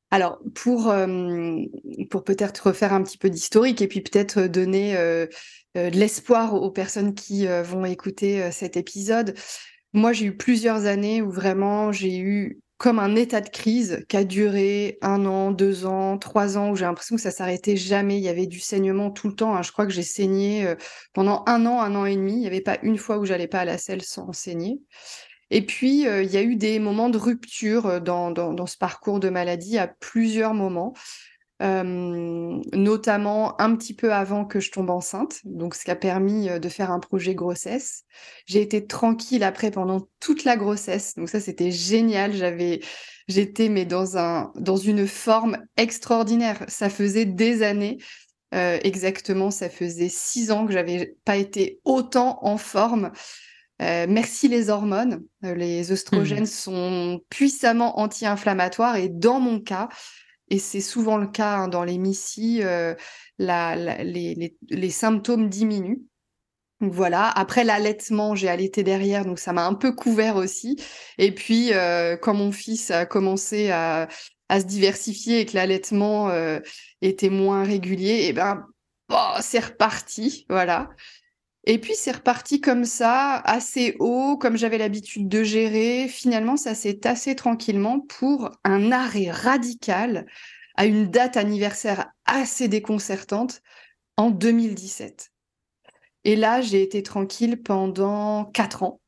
Alors, pour, euh, pour peut-être refaire un petit peu d'historique et puis peut-être donner euh, euh, de l'espoir aux personnes qui euh, vont écouter euh, cet épisode, moi j'ai eu plusieurs années où vraiment j'ai eu comme un état de crise qui a duré un an, deux ans, trois ans, où j'ai l'impression que ça s'arrêtait jamais. Il y avait du saignement tout le temps, hein. Je crois que j'ai saigné euh, pendant un an, un an et demi. Il n'y avait pas une fois où j'allais pas à la selle sans saigner. Et puis, euh, il y a eu des moments de rupture euh, dans, dans, dans ce parcours de maladie à plusieurs moments, euh, notamment un petit peu avant que je tombe enceinte, donc ce qui a permis euh, de faire un projet grossesse. J'ai été tranquille après pendant toute la grossesse, donc ça c'était génial. J'avais, j'étais mais dans un, dans une forme extraordinaire. Ça faisait des années. Euh, exactement, ça faisait six ans que j'avais pas été autant en forme. Euh, merci les hormones. Euh, les Hmm. œstrogènes sont puissamment anti-inflammatoires et dans mon cas, et c'est souvent le cas hein, dans les MIS-I, euh, la- la- les, les- les symptômes diminuent. Donc voilà. Après l'allaitement, j'ai allaité derrière, donc ça m'a un peu couvert aussi. Et puis, euh, quand mon fils a commencé à, à se diversifier et que l'allaitement euh, était moins régulier, et ben, oh, c'est reparti. Voilà. Et puis c'est reparti comme ça, assez haut, comme j'avais l'habitude de gérer. Finalement, ça s'est tassé tranquillement pour un arrêt radical à une date anniversaire assez déconcertante en deux mille dix-sept. Et là, j'ai été tranquille pendant quatre ans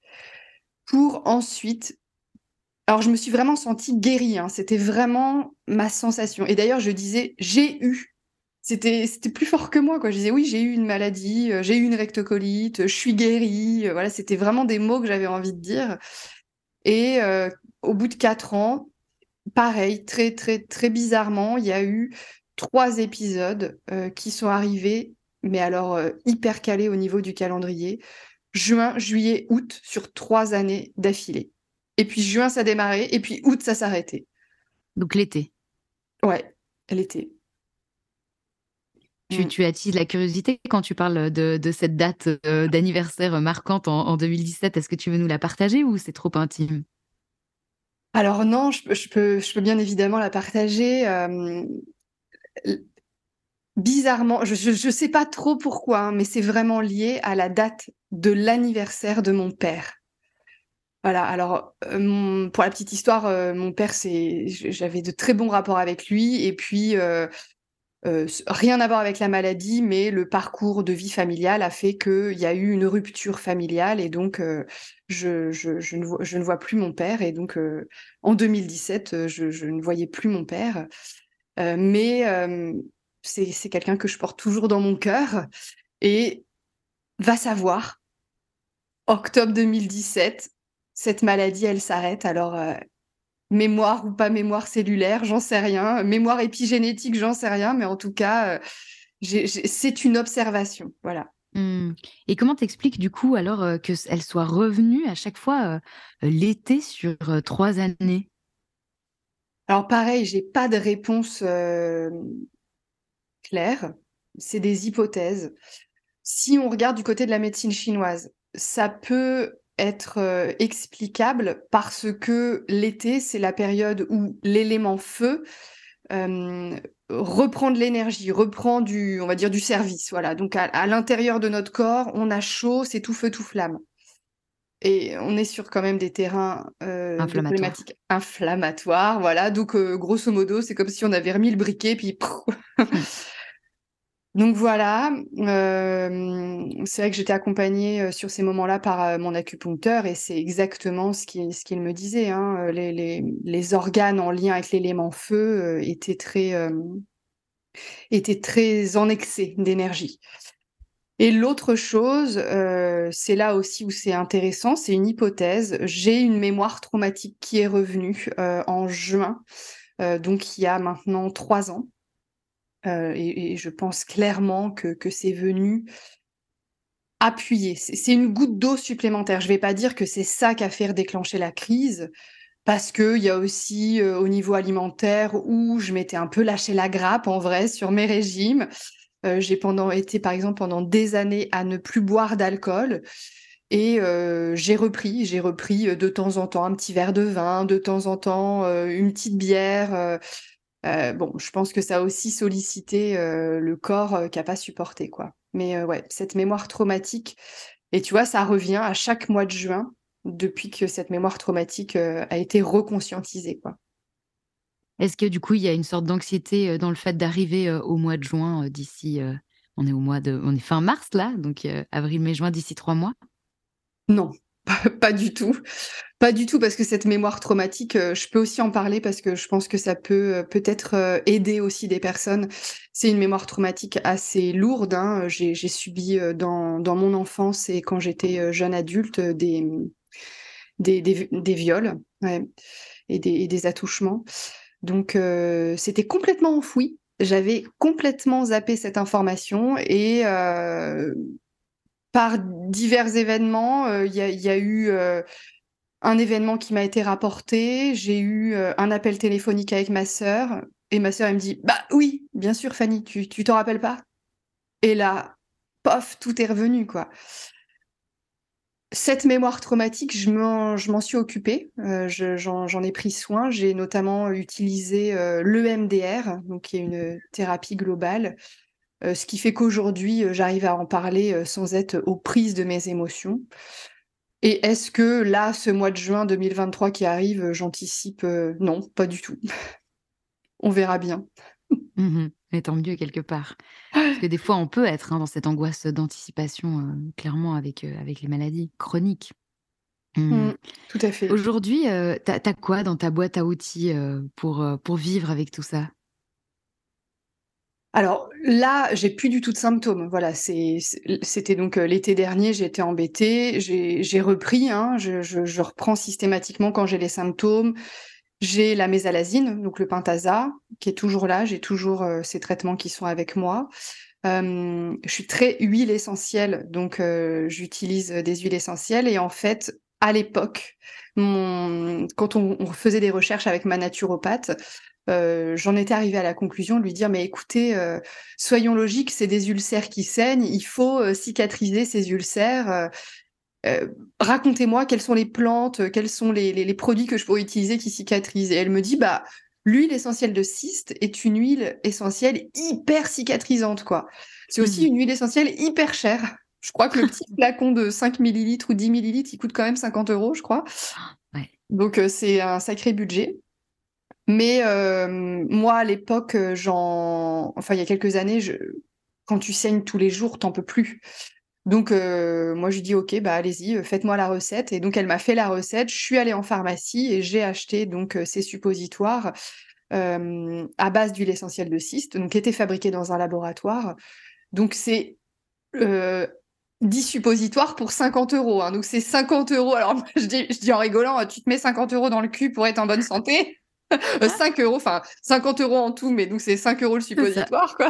pour ensuite... Alors, je me suis vraiment sentie guérie, hein. C'était vraiment ma sensation. Et d'ailleurs, je disais, j'ai eu. C'était, c'était plus fort que moi, quoi. Je disais, oui, j'ai eu une maladie, euh, j'ai eu une rectocolite, euh, je suis guérie. Euh, voilà, c'était vraiment des mots que j'avais envie de dire. Et euh, au bout de quatre ans, pareil, très, très, très bizarrement, il y a eu trois épisodes euh, qui sont arrivés, mais alors euh, hyper calés au niveau du calendrier. Juin, juillet, août, sur trois années d'affilée. Et puis juin, ça démarrait, et puis août, ça s'arrêtait. Donc l'été. Ouais, l'été. Tu, Mm. tu attises la curiosité quand tu parles de, de cette date euh, d'anniversaire marquante en, en deux mille dix-sept. Est-ce que tu veux nous la partager ou c'est trop intime? Alors non, je, peux, je peux je peux bien évidemment la partager. euh, bizarrement, je ne sais pas trop pourquoi, hein, mais c'est vraiment lié à la date de l'anniversaire de mon père. Voilà, alors euh, mon- pour la petite histoire, euh, mon père, c'est, j'avais de très bons rapports avec lui, et puis euh, euh, rien à voir avec la maladie, mais le parcours de vie familiale a fait qu'il y a eu une rupture familiale, et donc euh, je, je, je ne vois, je ne vois plus mon père, et donc euh, en deux mille dix-sept, euh, je, je ne voyais plus mon père. Euh, mais euh, c'est c'est quelqu'un que je porte toujours dans mon cœur. Et va savoir, octobre deux mille dix-sept, cette maladie, elle s'arrête. Alors, euh, mémoire ou pas mémoire cellulaire, j'en sais rien. Mémoire épigénétique, j'en sais rien. Mais en tout cas, euh, j'ai- j'ai- c'est une observation. Voilà. Hmm. Et comment t'expliques du coup alors euh, que s- elle soit revenue à chaque fois euh, l'été sur euh, trois années? Alors, pareil, j'ai pas de réponse euh, claire. C'est des hypothèses. Si on regarde du côté de la médecine chinoise, ça peut être euh, explicable parce que l'été, c'est la période où l'élément feu euh, reprend de l'énergie, reprend du, on va dire, du service. Voilà. Donc à, à l'intérieur de notre corps, on a chaud, c'est tout feu, tout flamme. Et on est sur quand même des terrains euh, de Inflammatoire. problématiques inflammatoires. Voilà. Donc euh, grosso modo, c'est comme si on avait remis le briquet, puis Hmm. donc voilà, euh, c'est vrai que j'étais accompagnée euh, sur ces moments-là par euh, mon acupuncteur et c'est exactement ce qu'il ce qu'il me disait, hein. Euh, Les, les, les organes en lien avec l'élément feu euh, étaient très, euh, étaient très en excès d'énergie. Et l'autre chose, euh, c'est là aussi où c'est intéressant, c'est une hypothèse. J'ai une mémoire traumatique qui est revenue euh, en juin, euh, donc il y a maintenant trois ans. Euh, et, et je pense clairement que, que c'est venu appuyer. C'est c'est une goutte d'eau supplémentaire. Je vais pas dire que c'est ça qui a fait déclencher la crise, parce qu'il y a aussi euh, au niveau alimentaire où je m'étais un peu lâché la grappe en vrai sur mes régimes. Euh, j'ai pendant été par exemple pendant des années à ne plus boire d'alcool. Et heu, j'ai repris j'ai repris, heu, de temps en temps un petit verre de vin, de temps en temps, heu, une petite bière, heu heu, bon, je pense que ça a aussi sollicité, heu, le corps, heu, qui a pas supporté, quoi. Mais heu, ouais, cette mémoire traumatique et tu vois, ça revient à chaque mois de juin depuis que cette mémoire traumatique, heu, a été reconscientisée, quoi. Est-ce que du coup, il y a une sorte d'anxiété, heu, dans le fait d'arriver, heu, au mois de juin, heu, d'ici, heu, on est au mois de on est fin mars là, donc heu, avril, mai, juin, d'ici trois mois? Non, pas pas du tout. Pas du tout parce que cette mémoire traumatique, heu, je peux aussi en parler parce que je pense que ça peut, heu, peut-être, heu, aider aussi des personnes. C'est une mémoire traumatique assez lourde, hein, heu, j'ai j'ai subi, heu, dans dans mon enfance et quand j'étais, heu, jeune adulte, heu, des, mmh, des des v des viols, ouais et des et des attouchements. Donc heu, c'était complètement enfoui. J'avais complètement zappé cette information et heu, par divers événements, heu, il y a il y a eu, heu, un événement qui m'a été rapporté. J'ai eu, heu, un appel téléphonique avec ma sœur et ma sœur, elle me dit: «Bah oui, bien sûr Fanny, tu tu t'en rappelles pas?» Et là, pof, tout est revenu, quoi. Cette mémoire traumatique, je m'en je m'en suis occupée, heu, je j'en j'en ai pris soin. J'ai notamment utilisé, heu, l'E M D R, donc qui est une thérapie globale, heu, ce qui fait qu'aujourd'hui, heu, j'arrive à en parler, heu, sans être aux prises de mes émotions. Et est-ce que là, ce mois de juin deux mille vingt-trois qui arrive, heu, j'anticipe, heu, non, pas du tout. On verra bien. Mmh mh. Et tant mieux quelque part. Parce que des fois, on peut être, hein, dans cette angoisse d'anticipation, heu, clairement avec, heu, avec les maladies chroniques. Mmh. Mmh, tout à fait. Aujourd'hui, heu, tu as tu as quoi dans ta boîte à outils, heu, pour, heu, pour vivre avec tout ça? Alors là, j'ai plus du tout de symptômes. Voilà, c'est c'est l c'était donc, heu, l'été dernier, j'étais embêtée, j'ai j'ai repris, hein, je je je reprends systématiquement quand j'ai les symptômes. J'ai la mésalazine, donc le Pentasa, qui est toujours là, j'ai toujours, heu, ces traitements qui sont avec moi. Hem, je suis très huile essentielle, donc heu, j'utilise, heu, des huiles essentielles et en fait, à l'époque, mon quand on on faisait des recherches avec ma naturopathe, heu, j'en étais arrivée à la conclusion de lui dire: «Mais écoutez, heu, soyons logiques, c'est des ulcères qui saignent, il faut, heu, cicatriser ces ulcères, heu heu, racontez-moi quelles sont les plantes, heu, quels sont les les les produits que je pourrais utiliser qui cicatrisent?» Et elle me dit: «Bah, l'huile essentielle de cyste est une huile essentielle hyper cicatrisante, quoi. C'est Mmh aussi mh. une huile essentielle hyper chère». Je crois que le petit flacon de cinq millilitres ou dix millilitres, il coûte quand même cinquante euros, je crois. Ouais. Donc heu, c'est un sacré budget. Mais hem, moi, à l'époque, heu, j'en enfin, il y a quelques années, je quand tu saignes tous les jours, tu en peux plus. Donc heu, moi, je lui dis: «OK, bah, allez-y, heu, faites-moi la recette» et donc elle m'a fait la recette. Je suis allée en pharmacie et j'ai acheté donc heu, ces suppositoires, hem, à base d'huile essentielle de cyste, donc qui étaient fabriqués dans un laboratoire. Donc c'est, heu, dix suppositoires pour cinquante euros, hein, donc c'est cinquante euros. Alors moi, je dis je dis en rigolant: «Tu te mets cinquante euros dans le cul pour être en bonne santé?» Heu, cinq euros, enfin cinquante euros en tout, mais donc c'est cinq euros le C'est ça. suppositoire, quoi.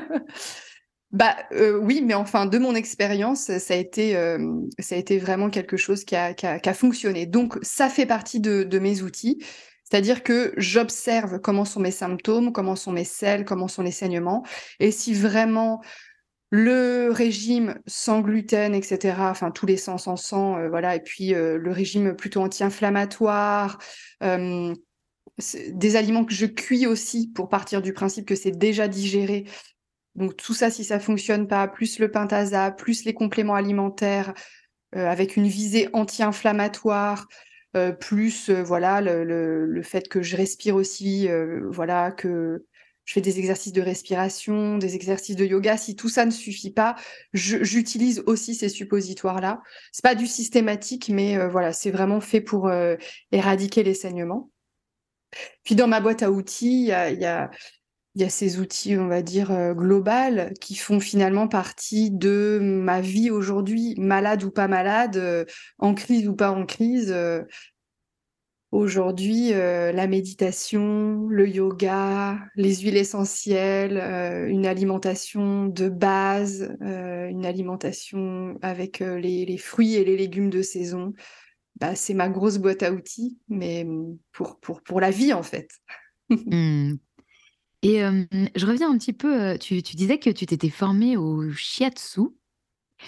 Bah, heu, oui, mais enfin, de mon expérience, ça a été, hem, ça a été vraiment quelque chose qui a qui a qui a fonctionné. Donc ça fait partie de de mes outils. C'est-à-dire que j'observe comment sont mes symptômes, comment sont mes selles, comment sont les saignements et si vraiment le régime sans gluten et cetera, enfin tous les cent, sans, sans, heu, voilà et puis, heu, le régime plutôt anti-inflammatoire, hem, c'est des aliments que je cuis aussi pour partir du principe que c'est déjà digéré. Donc tout ça, si ça fonctionne pas, plus le Pentasa, plus les compléments alimentaires, heu, avec une visée anti-inflammatoire, heu, plus, heu, voilà, le le le fait que je respire aussi, heu, voilà, que je fais des exercices de respiration, des exercices de yoga. Si tout ça ne suffit pas, je j'utilise aussi ces suppositoires-là. C'est pas du systématique, mais heu, voilà, c'est vraiment fait pour, heu, éradiquer les saignements. Puis dans ma boîte à outils, il y a il y a il y a ces outils, on va dire, heu, globales qui font finalement partie de ma vie aujourd'hui, malade ou pas malade, heu, en crise ou pas en crise, heu. Aujourd'hui, heu, la méditation, le yoga, les huiles essentielles, heu, une alimentation de base, heu, une alimentation avec, heu, les les fruits et les légumes de saison, bah, c'est ma grosse boîte à outils, mais, mmh, pour pour pour la vie, en fait. Mmh. Et hem, je reviens un petit peu, heu, tu tu disais que tu t'étais formée au shiatsu.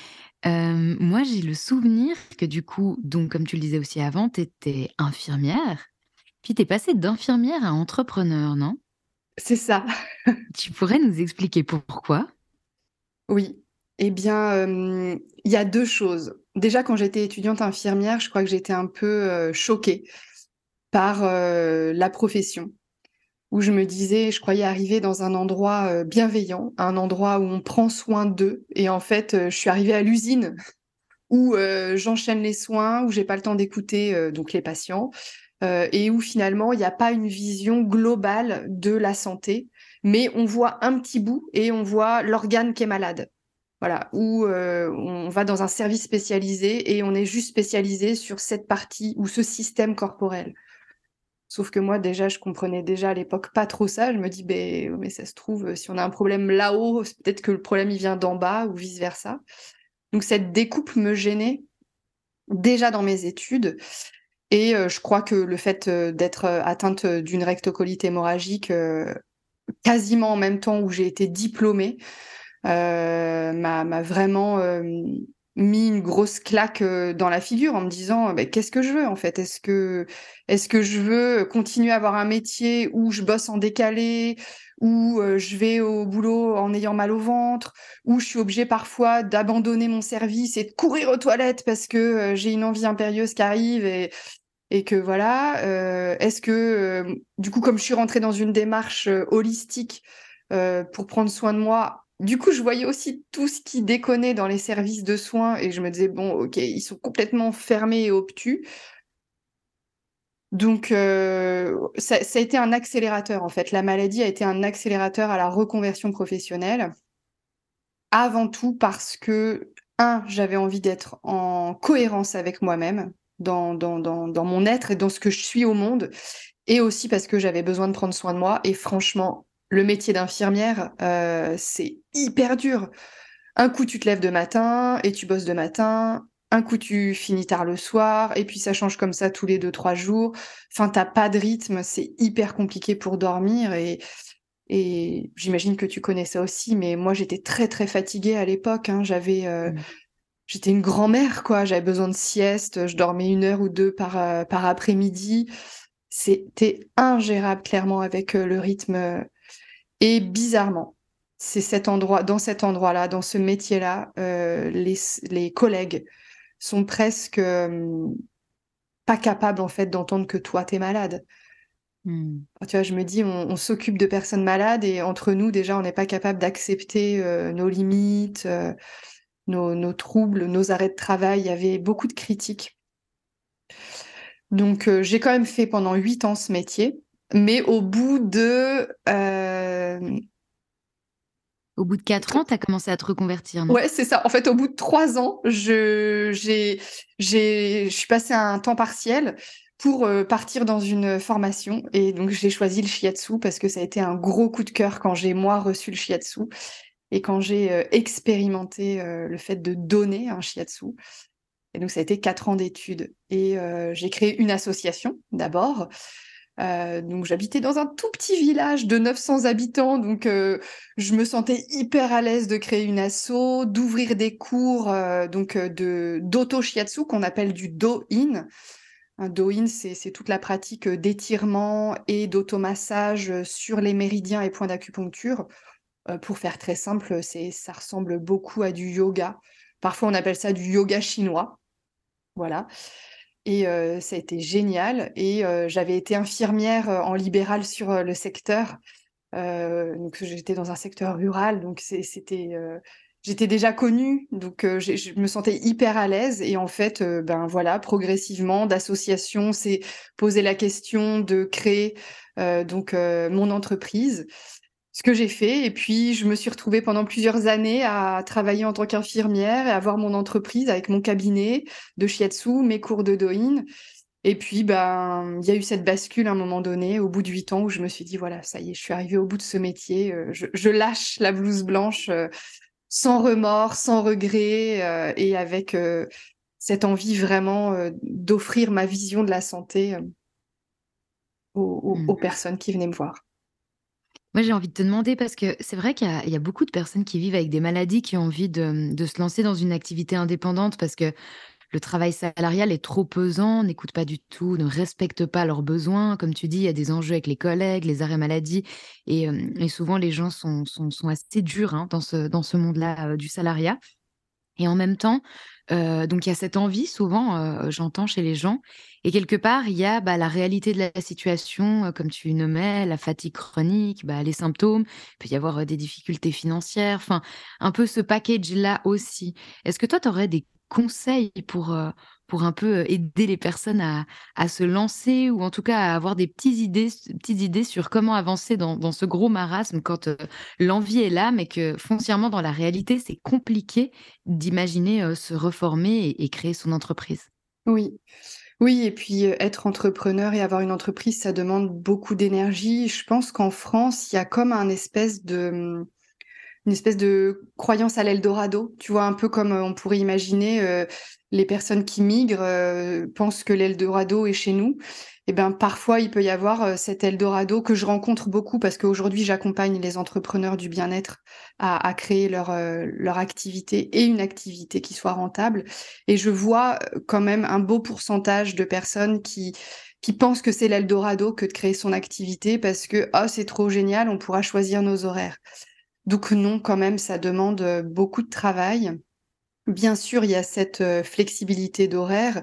Hem, moi, j'ai le souvenir que du coup, donc comme tu le disais aussi avant, tu étais infirmière, puis tu es passée d'infirmière à entrepreneur, non? C'est ça. Tu pourrais nous expliquer pourquoi? Oui. Eh bien, hem, il y a deux choses. Déjà, quand j'étais étudiante infirmière, je crois que j'étais un peu, heu, choquée par, heu, la profession. Où je me disais je croyais arriver dans un endroit, heu, bienveillant, un endroit où on prend soin d'eux et en fait, heu, je suis arrivée à l'usine où, heu, j'enchaîne les soins, où j'ai pas le temps d'écouter, heu, donc les patients, heu et où finalement il y a pas une vision globale de la santé, mais on voit un petit bout et on voit l'organe qui est malade. Voilà, où, heu, on va dans un service spécialisé et on est juste spécialisé sur cette partie ou ce système corporel. Sauf que moi, déjà, je comprenais déjà à l'époque pas trop ça. Je me dis: «Beh, mais ça se trouve, si on a un problème là-haut, c'est peut-être que le problème, il vient d'en bas ou vice versa». Donc cette découpe me gênait déjà dans mes études et heu, je crois que le fait, heu, d'être, heu, atteinte, d'une rectocolite hémorragique, heu, quasiment en même temps où j'ai été diplômée, heu, m'a m'a vraiment, hem, mis une grosse claque, heu, dans la figure en me disant: «Beh, qu'est-ce que je veux en fait? Est-ce que est-ce que je veux continuer à avoir un métier où je bosse en décalé, où, heu, je vais au boulot en ayant mal au ventre, où je suis obligée parfois d'abandonner mon service et de courir aux toilettes parce que, heu, j'ai une envie impérieuse qui arrive et et que voilà, heu, est-ce que, hem, du coup, comme je suis rentrée dans une démarche, heu, holistique, heu, pour prendre soin de moi, du coup, je voyais aussi tout ce qui déconnait dans les services de soins et je me disais: «Bon, OK, ils sont complètement fermés et obtus». Donc heu, ça ça a été un accélérateur, en fait. La maladie a été un accélérateur à la reconversion professionnelle. Avant tout parce que, un, j'avais envie d'être en cohérence avec moi-même, dans dans dans dans mon être et dans ce que je suis au monde et aussi parce que j'avais besoin de prendre soin de moi et franchement, le métier d'infirmière, heu, c'est hyper dur. Un coup, tu te lèves de matin et tu bosses de matin, un coup, tu finis tard le soir et puis ça change comme ça tous les deux trois jours. Enfin, tu as pas de rythme, c'est hyper compliqué pour dormir et et j'imagine que tu connais ça aussi, mais moi, j'étais très, très fatiguée à l'époque, hein. J'avais, heu, Mmh. j'étais une grand-mère, quoi. J'avais besoin de sieste, je dormais une heure ou deux par, heu, par après-midi. C'était ingérable clairement avec, heu, le rythme, heu et bizarrement, c'est cet endroit dans cet endroit-là, dans ce métier-là, heu, les s les collègues sont presque, hem, pas capables en fait d'entendre que toi, tu es malade. Mmh. Tu vois, je me dis: «On on s'occupe de personnes malades et entre nous déjà, on n'est pas capable d'accepter, heu, nos limites, heu, nos nos troubles, nos arrêts de travail». Il y avait beaucoup de critiques. Donc heu, j'ai quand même fait pendant huit ans ce métier, mais au bout de, hem, Au bout de quatre ans, tu as commencé à te reconvertir, non? ouais, c'est ça. En fait, au bout de trois ans, je j'ai j'ai je suis passée à un temps partiel pour, heu, partir dans une formation et donc j'ai choisi le shiatsu parce que ça a été un gros coup de cœur quand j'ai, moi, reçu le shiatsu et quand j'ai, heu, expérimenté, heu, le fait de donner un shiatsu et donc ça a été quatre ans d'études et heu, j'ai créé une association d'abord. Heu, donc j'habitais dans un tout petit village de neuf cents habitants, donc heu, je me sentais hyper à l'aise de créer une asso, d'ouvrir des cours, heu, donc heu, de d'auto-shiatsu qu'on appelle du Do-in. Un Do-in, c'est c'est toute la pratique, heu, d'étirement et d'automassage, heu, sur les méridiens et points d'acupuncture. Heu, pour faire très simple, c'est ça ressemble beaucoup à du yoga. Parfois, on appelle ça du yoga chinois, voilà et heu, ça a été génial et heu, j'avais été infirmière, heu, en libéral sur, heu, le secteur. Heu, donc j'étais dans un secteur rural, donc c'est c'était, heu, j'étais déjà connue, donc heu, j'ai je me sentais hyper à l'aise et en fait, heu, ben, voilà, progressivement, d'association, c'est poser la question de créer, heu, donc heu, mon entreprise. Ce que j'ai fait et puis je me suis retrouvée pendant plusieurs années à travailler en tant qu'infirmière et avoir mon entreprise avec mon cabinet de shiatsu, mes cours de Do-in et puis, ben, il y a eu cette bascule à un moment donné, au bout de huit ans où je me suis dit: «Voilà, ça y est, je suis arrivée au bout de ce métier, heu, je je lâche la blouse blanche, heu, sans remords, sans regret, heu et avec, heu, cette envie vraiment, heu, d'offrir ma vision de la santé, hem, aux aux aux Mmh. personnes qui venaient me voir». Moi, j'ai envie de te demander parce que c'est vrai qu'il y a il y a beaucoup de personnes qui vivent avec des maladies, qui ont envie de, mmh, de se lancer dans une activité indépendante parce que le travail salarial est trop pesant, n'écoute pas du tout, ne respecte pas leurs besoins. Comme tu dis, il y a des enjeux avec les collègues, les arrêts maladie et hem et souvent les gens sont sont sont assez durs, hein, dans ce dans ce monde-là, heu, du salariat. Et en même temps, heu, donc il y a cette envie souvent, heu, j'entends chez les gens et quelque part, il y a, bah, la réalité de la situation, heu, comme tu nommais, la fatigue chronique, bah, les symptômes. Il peut y avoir, heu, des difficultés financières, enfin, un peu ce package-là aussi. Est-ce que toi, tu aurais des conseils pour, heu, pour un peu, heu, aider les personnes à à se lancer ou en tout cas à avoir des petites idées petites idées sur comment avancer dans dans ce gros marasme quand, heu, l'envie est là, mais que foncièrement dans la réalité, c'est compliqué d'imaginer, heu, se reformer et et créer son entreprise. Oui. Oui et puis, heu, être entrepreneur et avoir une entreprise, ça demande beaucoup d'énergie. Je pense qu'en France, il y a comme un espèce de, mmh, une espèce de croyance à l'eldorado. Tu vois? Un peu comme, heu, on pourrait imaginer, heu, les personnes qui migrent, heu, pensent que l'eldorado est chez nous. Et ben, parfois, il peut y avoir, heu, cet eldorado que je rencontre beaucoup parce qu'aujourd'hui, j'accompagne les entrepreneurs du bien-être à à créer leur, heu, leur activité et une activité qui soit rentable. Et je vois, heu, quand même un beau pourcentage de personnes qui qui pensent que c'est l'eldorado que de créer son activité parce que: «Oh, c'est trop génial, on pourra choisir nos horaires». Donc non, quand même, ça demande, heu, beaucoup de travail. Bien sûr, il y a cette, heu, flexibilité d'horaire,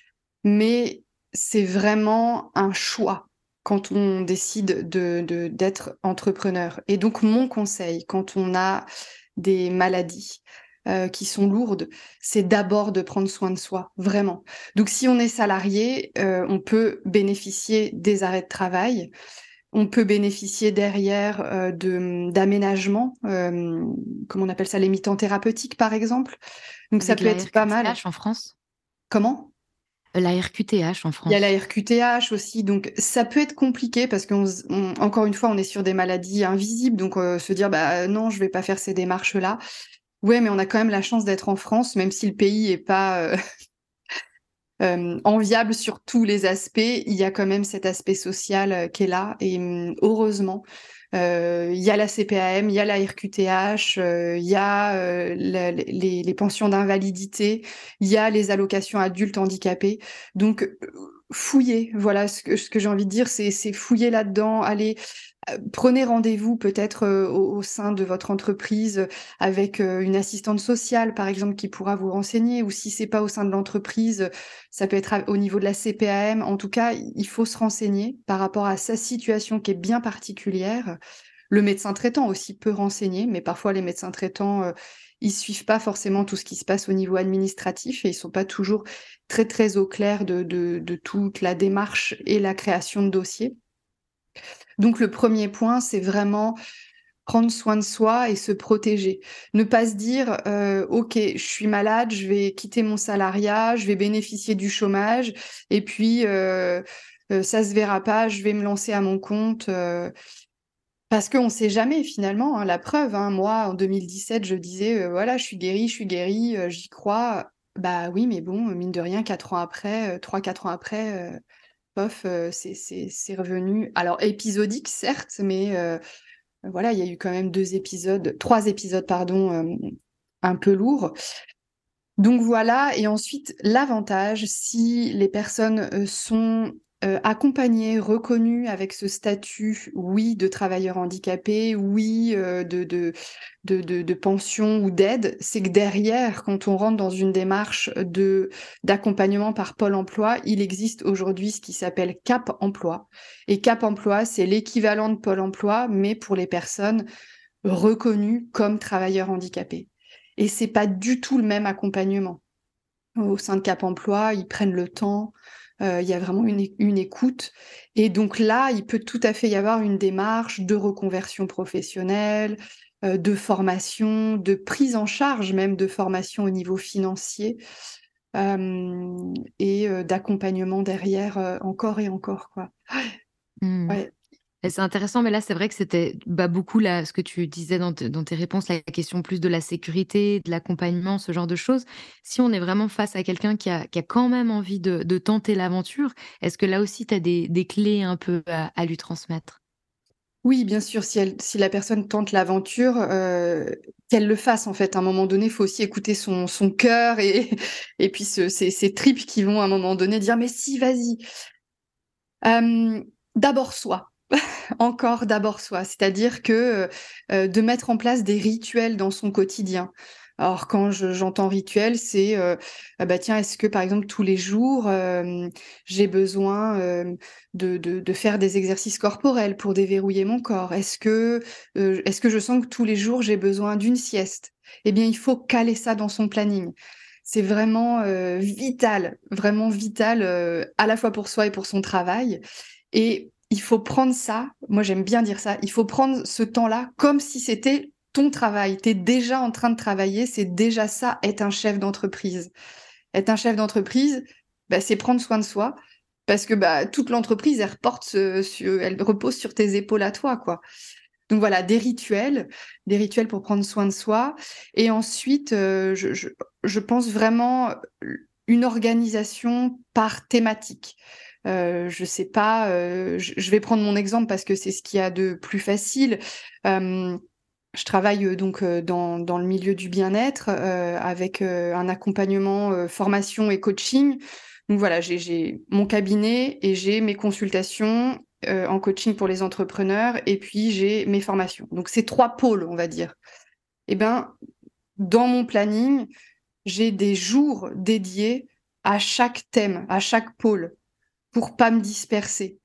mais c'est vraiment un choix quand on décide de de d'être entrepreneur. Et donc mon conseil, quand on a des maladies, heu, qui sont lourdes, c'est d'abord de prendre soin de soi, vraiment. Donc si on est salarié, heu, on peut bénéficier des arrêts de travail. On peut bénéficier derrière, heu, de, mmh, d'aménagements, hem, comment on appelle ça? Les mi-temps thérapeutiques, par exemple. Donc ça Avec peut la être pas mal. R Q T H en France? Comment? Heu, la R Q T H en Il y a la France. R Q T H aussi, donc ça peut être compliqué parce qu'on s on encore une fois, on est sur des maladies invisibles, donc heu, se dire: «Bah, non, je vais pas faire ces démarches-là». Ouais, mais on a quand même la chance d'être en France, même si le pays est pas, heu, hem, enviable sur tous les aspects, il y a quand même cet aspect social, heu, qui est là et mmh, heureusement. Heu, il y a la C P A M, il y a la R Q T H, heu, il y a, heu, la les les pensions d'invalidité, il y a les allocations adultes handicapés. Donc, heu, fouillez, voilà ce que ce que j'ai envie de dire, c'est c'est fouiller là-dedans, allez, heu, prenez rendez-vous peut-être, heu, au au sein de votre entreprise, heu, avec, heu, une assistante sociale, par exemple, qui pourra vous renseigner ou si c'est pas au sein de l'entreprise, heu, ça peut être à au niveau de la C P A M. En tout cas, il faut se renseigner par rapport à sa situation qui est bien particulière. Le médecin traitant aussi peut renseigner, mais parfois les médecins traitants, heu, ils suivent pas forcément tout ce qui se passe au niveau administratif et ils sont pas toujours très, très au clair de de de toute la démarche et la création de dossiers. Donc le premier point, c'est vraiment prendre soin de soi et se protéger. Ne pas se dire, heu: «OK, je suis malade, je vais quitter mon salariat, je vais bénéficier du chômage et puis, heu heu, ça se verra pas, je vais me lancer à mon compte», heu, parce qu'on sait jamais finalement, hein. La preuve, hein, moi en deux mille dix-sept, je disais, heu: «Voilà, je suis guérie, je suis guérie, heu, j'y crois». Bah oui, mais bon, mine de rien, quatre ans après, heu, trois quatre ans après, heu, bof, heu, c'est c'est c'est revenu. Alors épisodique certes, mais heu voilà, il y a eu quand même deux épisodes trois épisodes pardon, hem, un peu lourds. Donc voilà et ensuite l'avantage, si les personnes, heu, sont, heu, accompagnées, reconnues avec ce statut, oui, de travailleur handicapé, oui, heu, de de de de de pension ou d'aide, c'est que derrière, quand on rentre dans une démarche de d'accompagnement par Pôle emploi, il existe aujourd'hui ce qui s'appelle Cap emploi et Cap emploi, c'est l'équivalent de Pôle emploi, mais pour les personnes reconnues comme travailleurs handicapés et c'est pas du tout le même accompagnement. Au sein de Cap emploi, ils prennent le temps, heu, il y a vraiment une é une écoute et donc là, il peut tout à fait y avoir une démarche de reconversion professionnelle, heu, de formation, de prise en charge même de formation au niveau financier, hem et heu, d'accompagnement derrière, heu, encore et encore, quoi. Mmh. Ouais. Et c'est intéressant, mais là, c'est vrai que c'était, bah, beaucoup là, ce que tu disais dans te dans tes réponses, la question plus de la sécurité, de l'accompagnement, ce genre de choses. Si on est vraiment face à quelqu'un qui a qui a quand même envie de de tenter l'aventure, est-ce que là aussi tu as des des clés un peu à à lui transmettre? Oui, bien sûr, si elle si la personne tente l'aventure, heu, qu'elle le fasse, en fait. À un moment donné, il faut aussi écouter son son cœur et et puis ce ses ses tripes qui vont, à un moment donné, dire: «Mais si, vas-y!» Hem, d'abord soi. Encore d'abord soi. C'est-à-dire que, heu heu, de mettre en place des rituels dans son quotidien. Alors quand je j'entends rituel, c'est, heu, ah bah, tiens, est-ce que, par exemple, tous les jours, hem, j'ai besoin, hem, de de de faire des exercices corporels pour déverrouiller mon corps? Est-ce que, heu, est-ce que je sens que tous les jours j'ai besoin d'une sieste? Eh bien, il faut caler ça dans son planning. C'est vraiment, heu, vital, vraiment vital, heu, à la fois pour soi et pour son travail et il faut prendre ça, moi j'aime bien dire ça, il faut prendre ce temps-là comme si c'était ton travail. Tu es déjà en train de travailler, c'est déjà ça, être un chef d'entreprise. Être un chef d'entreprise, bah, c'est prendre soin de soi parce que, bah, toute l'entreprise, elle reporte ce su elle repose sur tes épaules à toi, quoi. Donc voilà, des rituels, des rituels pour prendre soin de soi et ensuite, heu, je je je pense vraiment, heu, une organisation par thématique. Heu, je sais pas, heu, je je vais prendre mon exemple parce que c'est ce qu'il y a de plus facile. Hem, je travaille, heu, donc heu, dans dans le milieu du bien-être, heu, avec, heu, un accompagnement, heu, formation et coaching. Donc voilà, j'ai j'ai mon cabinet et j'ai mes consultations, heu, en coaching pour les entrepreneurs et puis j'ai mes formations. Donc c'est trois pôles, on va dire. Et ben, dans mon planning, j'ai des jours dédiés à chaque thème, à chaque pôle, pour pas me disperser.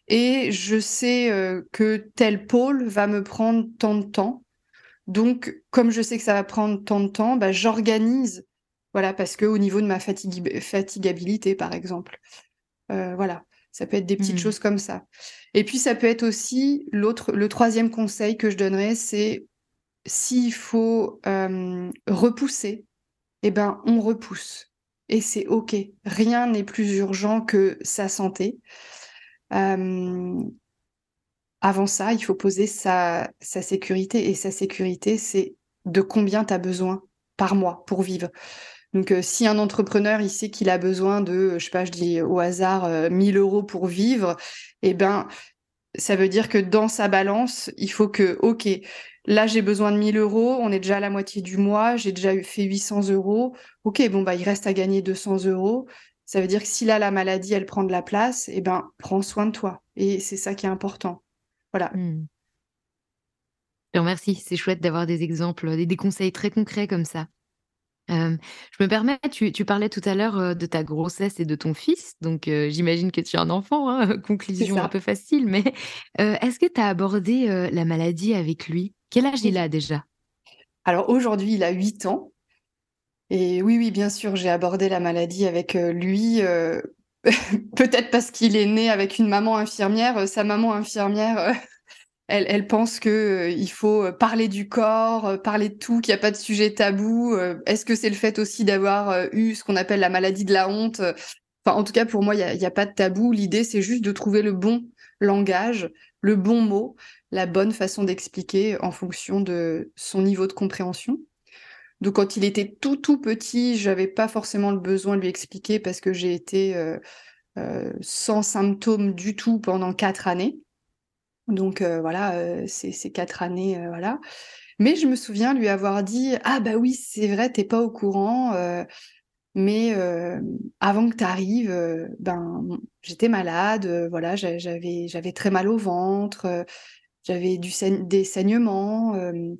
Et je sais, heu, que tel pôle va me prendre tant de temps. Donc, comme je sais que ça va prendre tant de temps, bah, j'organise, voilà, parce qu'au niveau de ma fatigib fatigabilité, par exemple. Heu, voilà, ça peut être des petites Mmh. choses comme ça. Et puis ça peut être aussi l'autre le troisième conseil que je donnerais, c'est s'il faut, hem, repousser, et ben, on repousse et c'est OK. Rien n'est plus urgent que sa santé. Hem, avant ça, il faut poser sa sa sécurité et sa sécurité, c'est de combien tu as besoin par mois pour vivre. Donc, heu, si un entrepreneur, il sait qu'il a besoin de, je sais pas, je dis au hasard, heu, mille euros pour vivre et ben, ça veut dire que dans sa balance, il faut que, OK, là, j'ai besoin de mille euros, on est déjà à la moitié du mois, j'ai déjà eu fait huit cents euros. OK, bon, bah, il reste à gagner deux cents euros. Ça veut dire que si là, la maladie, elle prend de la place et ben, prends soin de toi et c'est ça qui est important. Voilà. Mmh. Je te remercie, c'est chouette d'avoir des exemples, des des conseils très concrets comme ça. Hem, je me permets, tu tu parlais tout à l'heure, heu, de ta grossesse et de ton fils, donc heu, j'imagine que tu as un enfant, hein, C'est conclusion un ça. peu facile, mais heu, est-ce que tu as abordé, heu, la maladie avec lui? Quel âge il Oui. a déjà? Alors aujourd'hui, il a huit ans et oui, oui, bien sûr, j'ai abordé la maladie avec, heu, lui, heu, peut-être parce qu'il est né avec une maman infirmière, heu, sa maman infirmière, heu, elle elle pense que, heu, il faut, heu, parler du corps, heu, parler de tout, qu'il y a pas de sujet tabou, heu. Est-ce que c'est le fait aussi d'avoir, heu, eu ce qu'on appelle la maladie de la honte? Heu, enfin, en tout cas, pour moi, il y a il y a pas de tabou. L'idée, c'est juste de trouver le bon langage, le bon mot, la bonne façon d'expliquer en fonction de son niveau de compréhension. Donc quand il était tout, tout petit, j'avais pas forcément le besoin de lui expliquer parce que j'ai été, heu heu, sans symptômes du tout pendant quatre années. Donc heu, voilà, heu, ces ces quatre années, heu, voilà. Mais je me souviens lui avoir dit: «Ah bah oui, c'est vrai, tu es pas au courant, heu, mais hem, avant que tu arrives, heu, ben, j'étais malade, heu, voilà, j'a j'avais j'avais très mal au ventre, heu, j'avais du saigne des saignements, hem».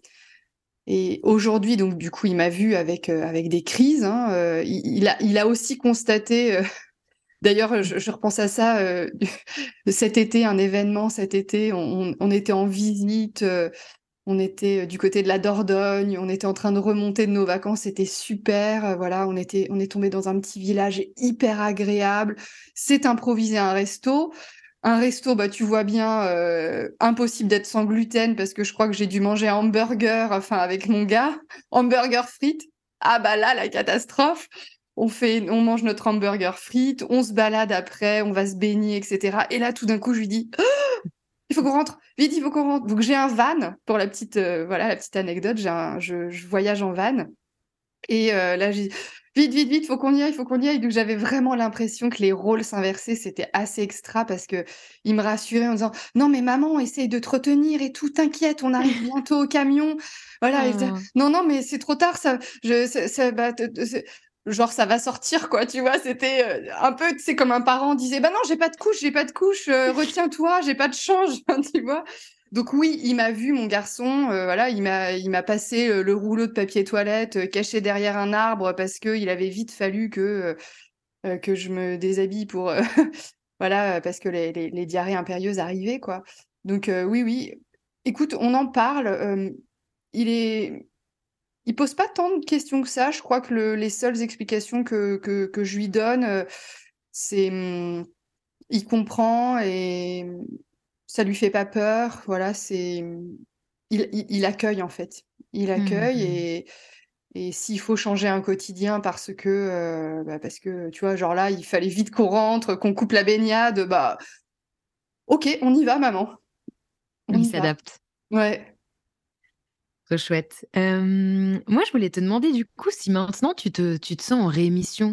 Et aujourd'hui, donc du coup, il m'a vue avec, heu, avec des crises, hein, heu, il il a il a aussi constaté, heu d'ailleurs, je je repense à ça, heu, cet été, un événement cet été, on on on était en visite, heu, on était, heu, du côté de la Dordogne, on était en train de remonter de nos vacances, c'était super, heu, voilà, on était on est tombé dans un petit village hyper agréable. C'est improvisé un resto. Un resto, bah, tu vois bien, heu, impossible d'être sans gluten parce que je crois que j'ai dû manger un hamburger, enfin avec mon gars, hamburger frites. Ah bah là, la catastrophe. On fait on mange notre hamburger frites, on se balade après, on va se baigner et cetera et là, tout d'un coup, je lui dis: «Il faut qu'on rentre, vite, il faut qu'on rentre». Donc j'ai un van pour la petite, heu, voilà, la petite anecdote, j'ai un je je voyage en van Et euh, là, j'ai dit, vite, vite, vite, faut qu'on y aille, faut qu'on y aille. Donc, j'avais vraiment l'impression que les rôles s'inversaient. C'était assez extra parce que il me rassurait en disant, non, mais maman, essaye de te retenir et tout, t'inquiète, on arrive bientôt au camion. Voilà, et je disais, Oh. non, non, mais c'est trop tard, ça, je, ça, ça- bah, te- te- c'est- genre, ça va sortir, quoi, tu vois. C'était euh, un peu, tu sais, comme un parent disait, bah non, j'ai pas de couche, j'ai pas de couche, euh, retiens-toi, j'ai pas de change, tu vois. Donc oui, il m'a vu, mon garçon, euh, voilà, il m'a, il m'a passé euh, le rouleau de papier toilette euh, caché derrière un arbre parce que il avait vite fallu que euh, euh, que je me déshabille pour, euh, voilà, euh, parce que les, les, les diarrhées impérieuses arrivaient, quoi. Donc euh, oui, oui. Écoute, on en parle. euh, il est, il pose pas tant de questions que ça. Je crois que le- les seules explications que que, que je lui donne, euh, c'est, hum, il comprend et ça lui fait pas peur. Voilà, c'est il, il, il accueille en fait. Il accueille Mhm. et, et s'il faut changer un quotidien parce que euh, bah, parce que tu vois, genre là, il fallait vite qu'on rentre, qu'on coupe la baignade, bah ok, on y va, maman. On Il y va. s'adapte. Ouais. Trop chouette. Euh, moi, je voulais te demander du coup si maintenant tu te, tu te sens en réémission.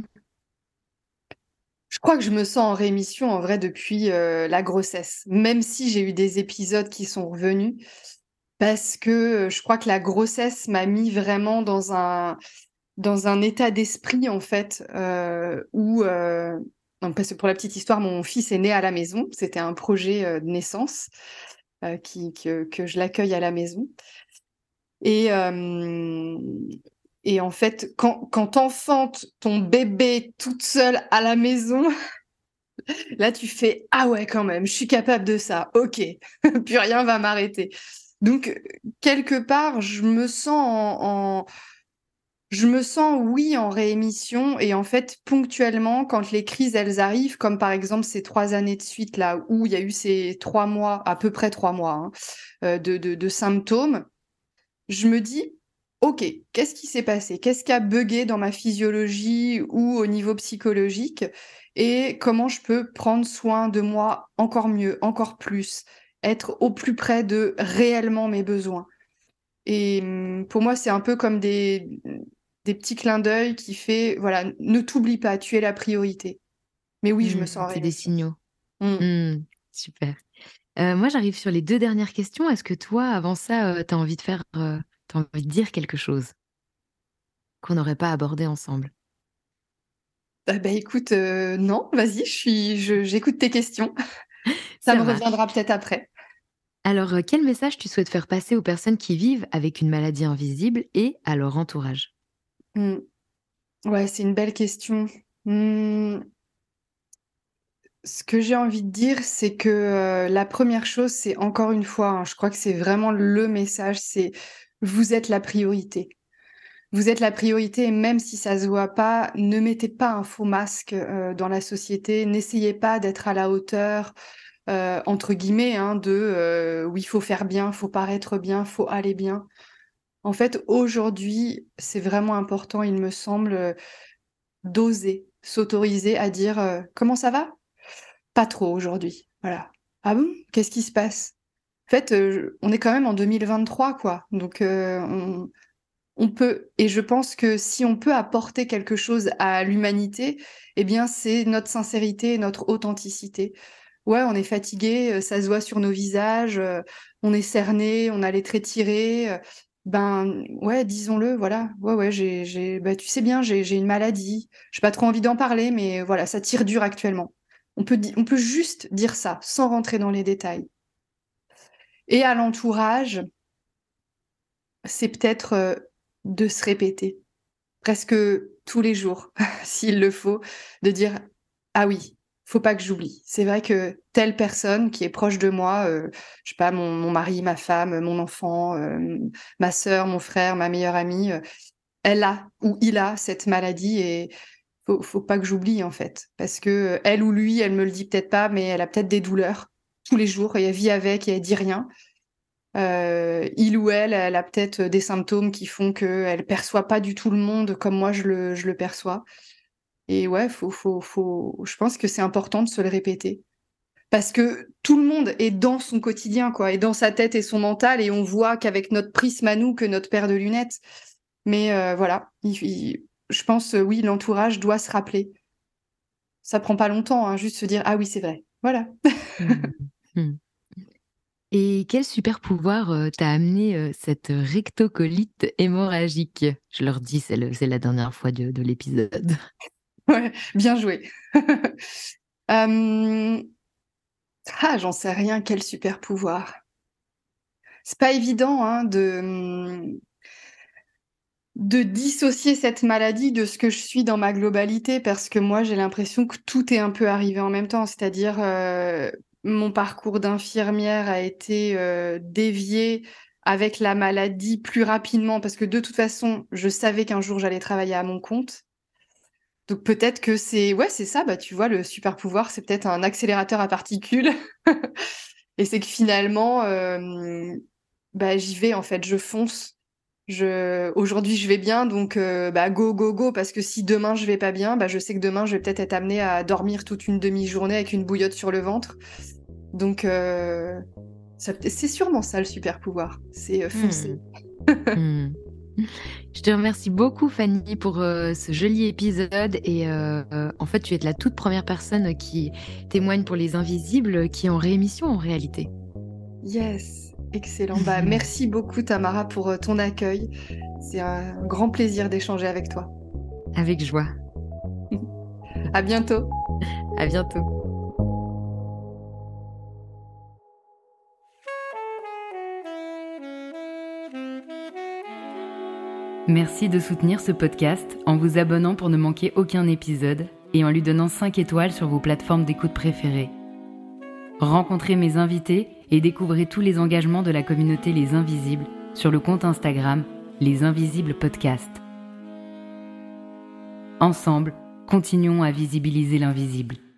Je crois que je me sens en rémission en vrai depuis euh, la grossesse, même si j'ai eu des épisodes qui sont revenus, parce que euh, je crois que la grossesse m'a mis vraiment dans un dans un état d'esprit en fait euh, où euh, donc, parce que pour la petite histoire, mon fils est né à la maison. C'était un projet euh, de naissance euh, qui, que, que je l'accueille à la maison. Et, euh, et en fait, quand, quand t'enfantes ton bébé toute seule à la maison, là tu fais ah ouais quand même, je suis capable de ça. Ok, plus rien va m'arrêter. Donc quelque part, je me sens en, en je me sens, oui, en réémission et en fait, ponctuellement, quand les crises, elles arrivent, comme par exemple ces trois années de suite, là, où il y a eu ces trois mois, à peu près trois mois, hein, euh, de, de, de symptômes, je me dis, OK, qu'est-ce qui s'est passé? Qu'est-ce qui a buggé dans ma physiologie ou au niveau psychologique? Et comment je peux prendre soin de moi encore mieux, encore plus, être au plus près de réellement mes besoins? Et hum, pour moi, c'est un peu comme des, des petits clins d'œil qui fait, voilà, ne t'oublie pas, tu es la priorité. Mais oui, je me Hmm, sens en c'est des rémission. signaux. Hmm. Hmm, super. Euh, moi, j'arrive sur les deux dernières questions. Est-ce que toi, avant ça, tu as envie de faire, euh, t'as envie de dire quelque chose qu'on n'aurait pas abordé ensemble? Ah bah écoute, euh, non, vas-y, je suis, je- j'écoute tes questions. Ça me Ça marche. reviendra peut-être après. Alors, euh, quel message tu souhaites faire passer aux personnes qui vivent avec une maladie invisible et à leur entourage? Hmm. Ouais, c'est une belle question. Hmm. Ce que j'ai envie de dire, c'est que euh, la première chose, c'est encore une fois, hein, je crois que c'est vraiment le message, c'est vous êtes la priorité. Vous êtes la priorité, et même si ça se voit pas, ne mettez pas un faux masque euh, dans la société. N'essayez pas d'être à la hauteur, euh, entre guillemets, hein, de euh, oui, il faut faire bien, faut paraître bien, faut aller bien. En fait, aujourd'hui, c'est vraiment important, il me semble, euh, d'oser, s'autoriser à dire euh, comment ça va? Pas trop aujourd'hui. Voilà. Ah bon? Qu'est-ce qui se passe? En fait, euh, on est quand même en deux mille vingt-trois, quoi. Donc, euh, on, on peut, et je pense que si on peut apporter quelque chose à l'humanité, eh bien, c'est notre sincérité, notre authenticité. Ouais, on est fatigué, euh, ça se voit sur nos visages, euh, on est cerné, on a les traits tirés. euh, Ben, ouais, disons-le, voilà. Ouais, ouais, j'ai, j'ai, bah, tu sais bien, j'ai, j'ai une maladie. J'ai pas trop envie d'en parler, mais voilà, ça tire dur actuellement. On peut, di- on peut juste dire ça, sans rentrer dans les détails. Et à l'entourage, c'est peut-être euh, de se répéter. Presque tous les jours, s'il le faut, de dire ah oui, faut pas que j'oublie. C'est vrai que telle personne qui est proche de moi, euh, je sais pas, mon, mon mari, ma femme, mon enfant, euh, ma sœur, mon frère, ma meilleure amie, euh, elle a ou il a cette maladie et faut, faut pas que j'oublie en fait, parce que euh, elle ou lui, elle me le dit peut-être pas, mais elle a peut-être des douleurs tous les jours et elle vit avec et elle dit rien. Euh, il ou elle, elle a peut-être des symptômes qui font qu'elle perçoit pas du tout le monde comme moi je le, je le perçois. Et ouais, faut, faut, faut... je pense que c'est important de se le répéter. Parce que tout le monde est dans son quotidien, quoi, et dans sa tête et son mental, et on voit qu'avec notre prisme à nous, que notre paire de lunettes. Mais euh, voilà, il, il- je pense, euh, oui, l'entourage doit se rappeler. Ça prend pas longtemps, hein, juste se dire, ah oui, c'est vrai. Voilà. Hmm. Hmm. Et quel super pouvoir euh, t'a amené euh, cette rectocolite hémorragique? Je leur dis, c'est le- c'est la dernière fois de, de l'épisode. Ouais, bien joué. Euh, Ah, j'en sais rien, quel super pouvoir. C'est pas évident hein, de, de dissocier cette maladie de ce que je suis dans ma globalité, parce que moi, j'ai l'impression que tout est un peu arrivé en même temps. C'est-à-dire, euh, mon parcours d'infirmière a été euh, dévié avec la maladie plus rapidement, parce que de toute façon, je savais qu'un jour, j'allais travailler à mon compte. Donc peut-être que c'est ouais, c'est ça, bah tu vois, le super pouvoir, c'est peut-être un accélérateur à particules. Et c'est que finalement, euh, bah j'y vais en fait, je fonce. Je aujourd'hui je vais bien, donc euh, bah go go go, parce que si demain je vais pas bien, bah je sais que demain je vais peut-être être amenée à dormir toute une demi-journée avec une bouillotte sur le ventre. Donc euh, ça- c'est sûrement ça le super pouvoir, c'est euh, foncer. Hmm. Hmm. Je te remercie beaucoup, Fanny, pour euh, ce joli épisode. Et euh, euh, en fait, tu es la toute première personne qui témoigne pour les Invisibles qui est en réémission en réalité. Yes, excellent. Bah merci beaucoup Tamara pour euh, ton accueil. C'est un grand plaisir d'échanger avec toi. Avec joie. À bientôt. À bientôt. Merci de soutenir ce podcast en vous abonnant pour ne manquer aucun épisode et en lui donnant cinq étoiles sur vos plateformes d'écoute préférées. Rencontrez mes invités et découvrez tous les engagements de la communauté Les Invisibles sur le compte Instagram Les Invisibles Podcast. Ensemble, continuons à visibiliser l'invisible.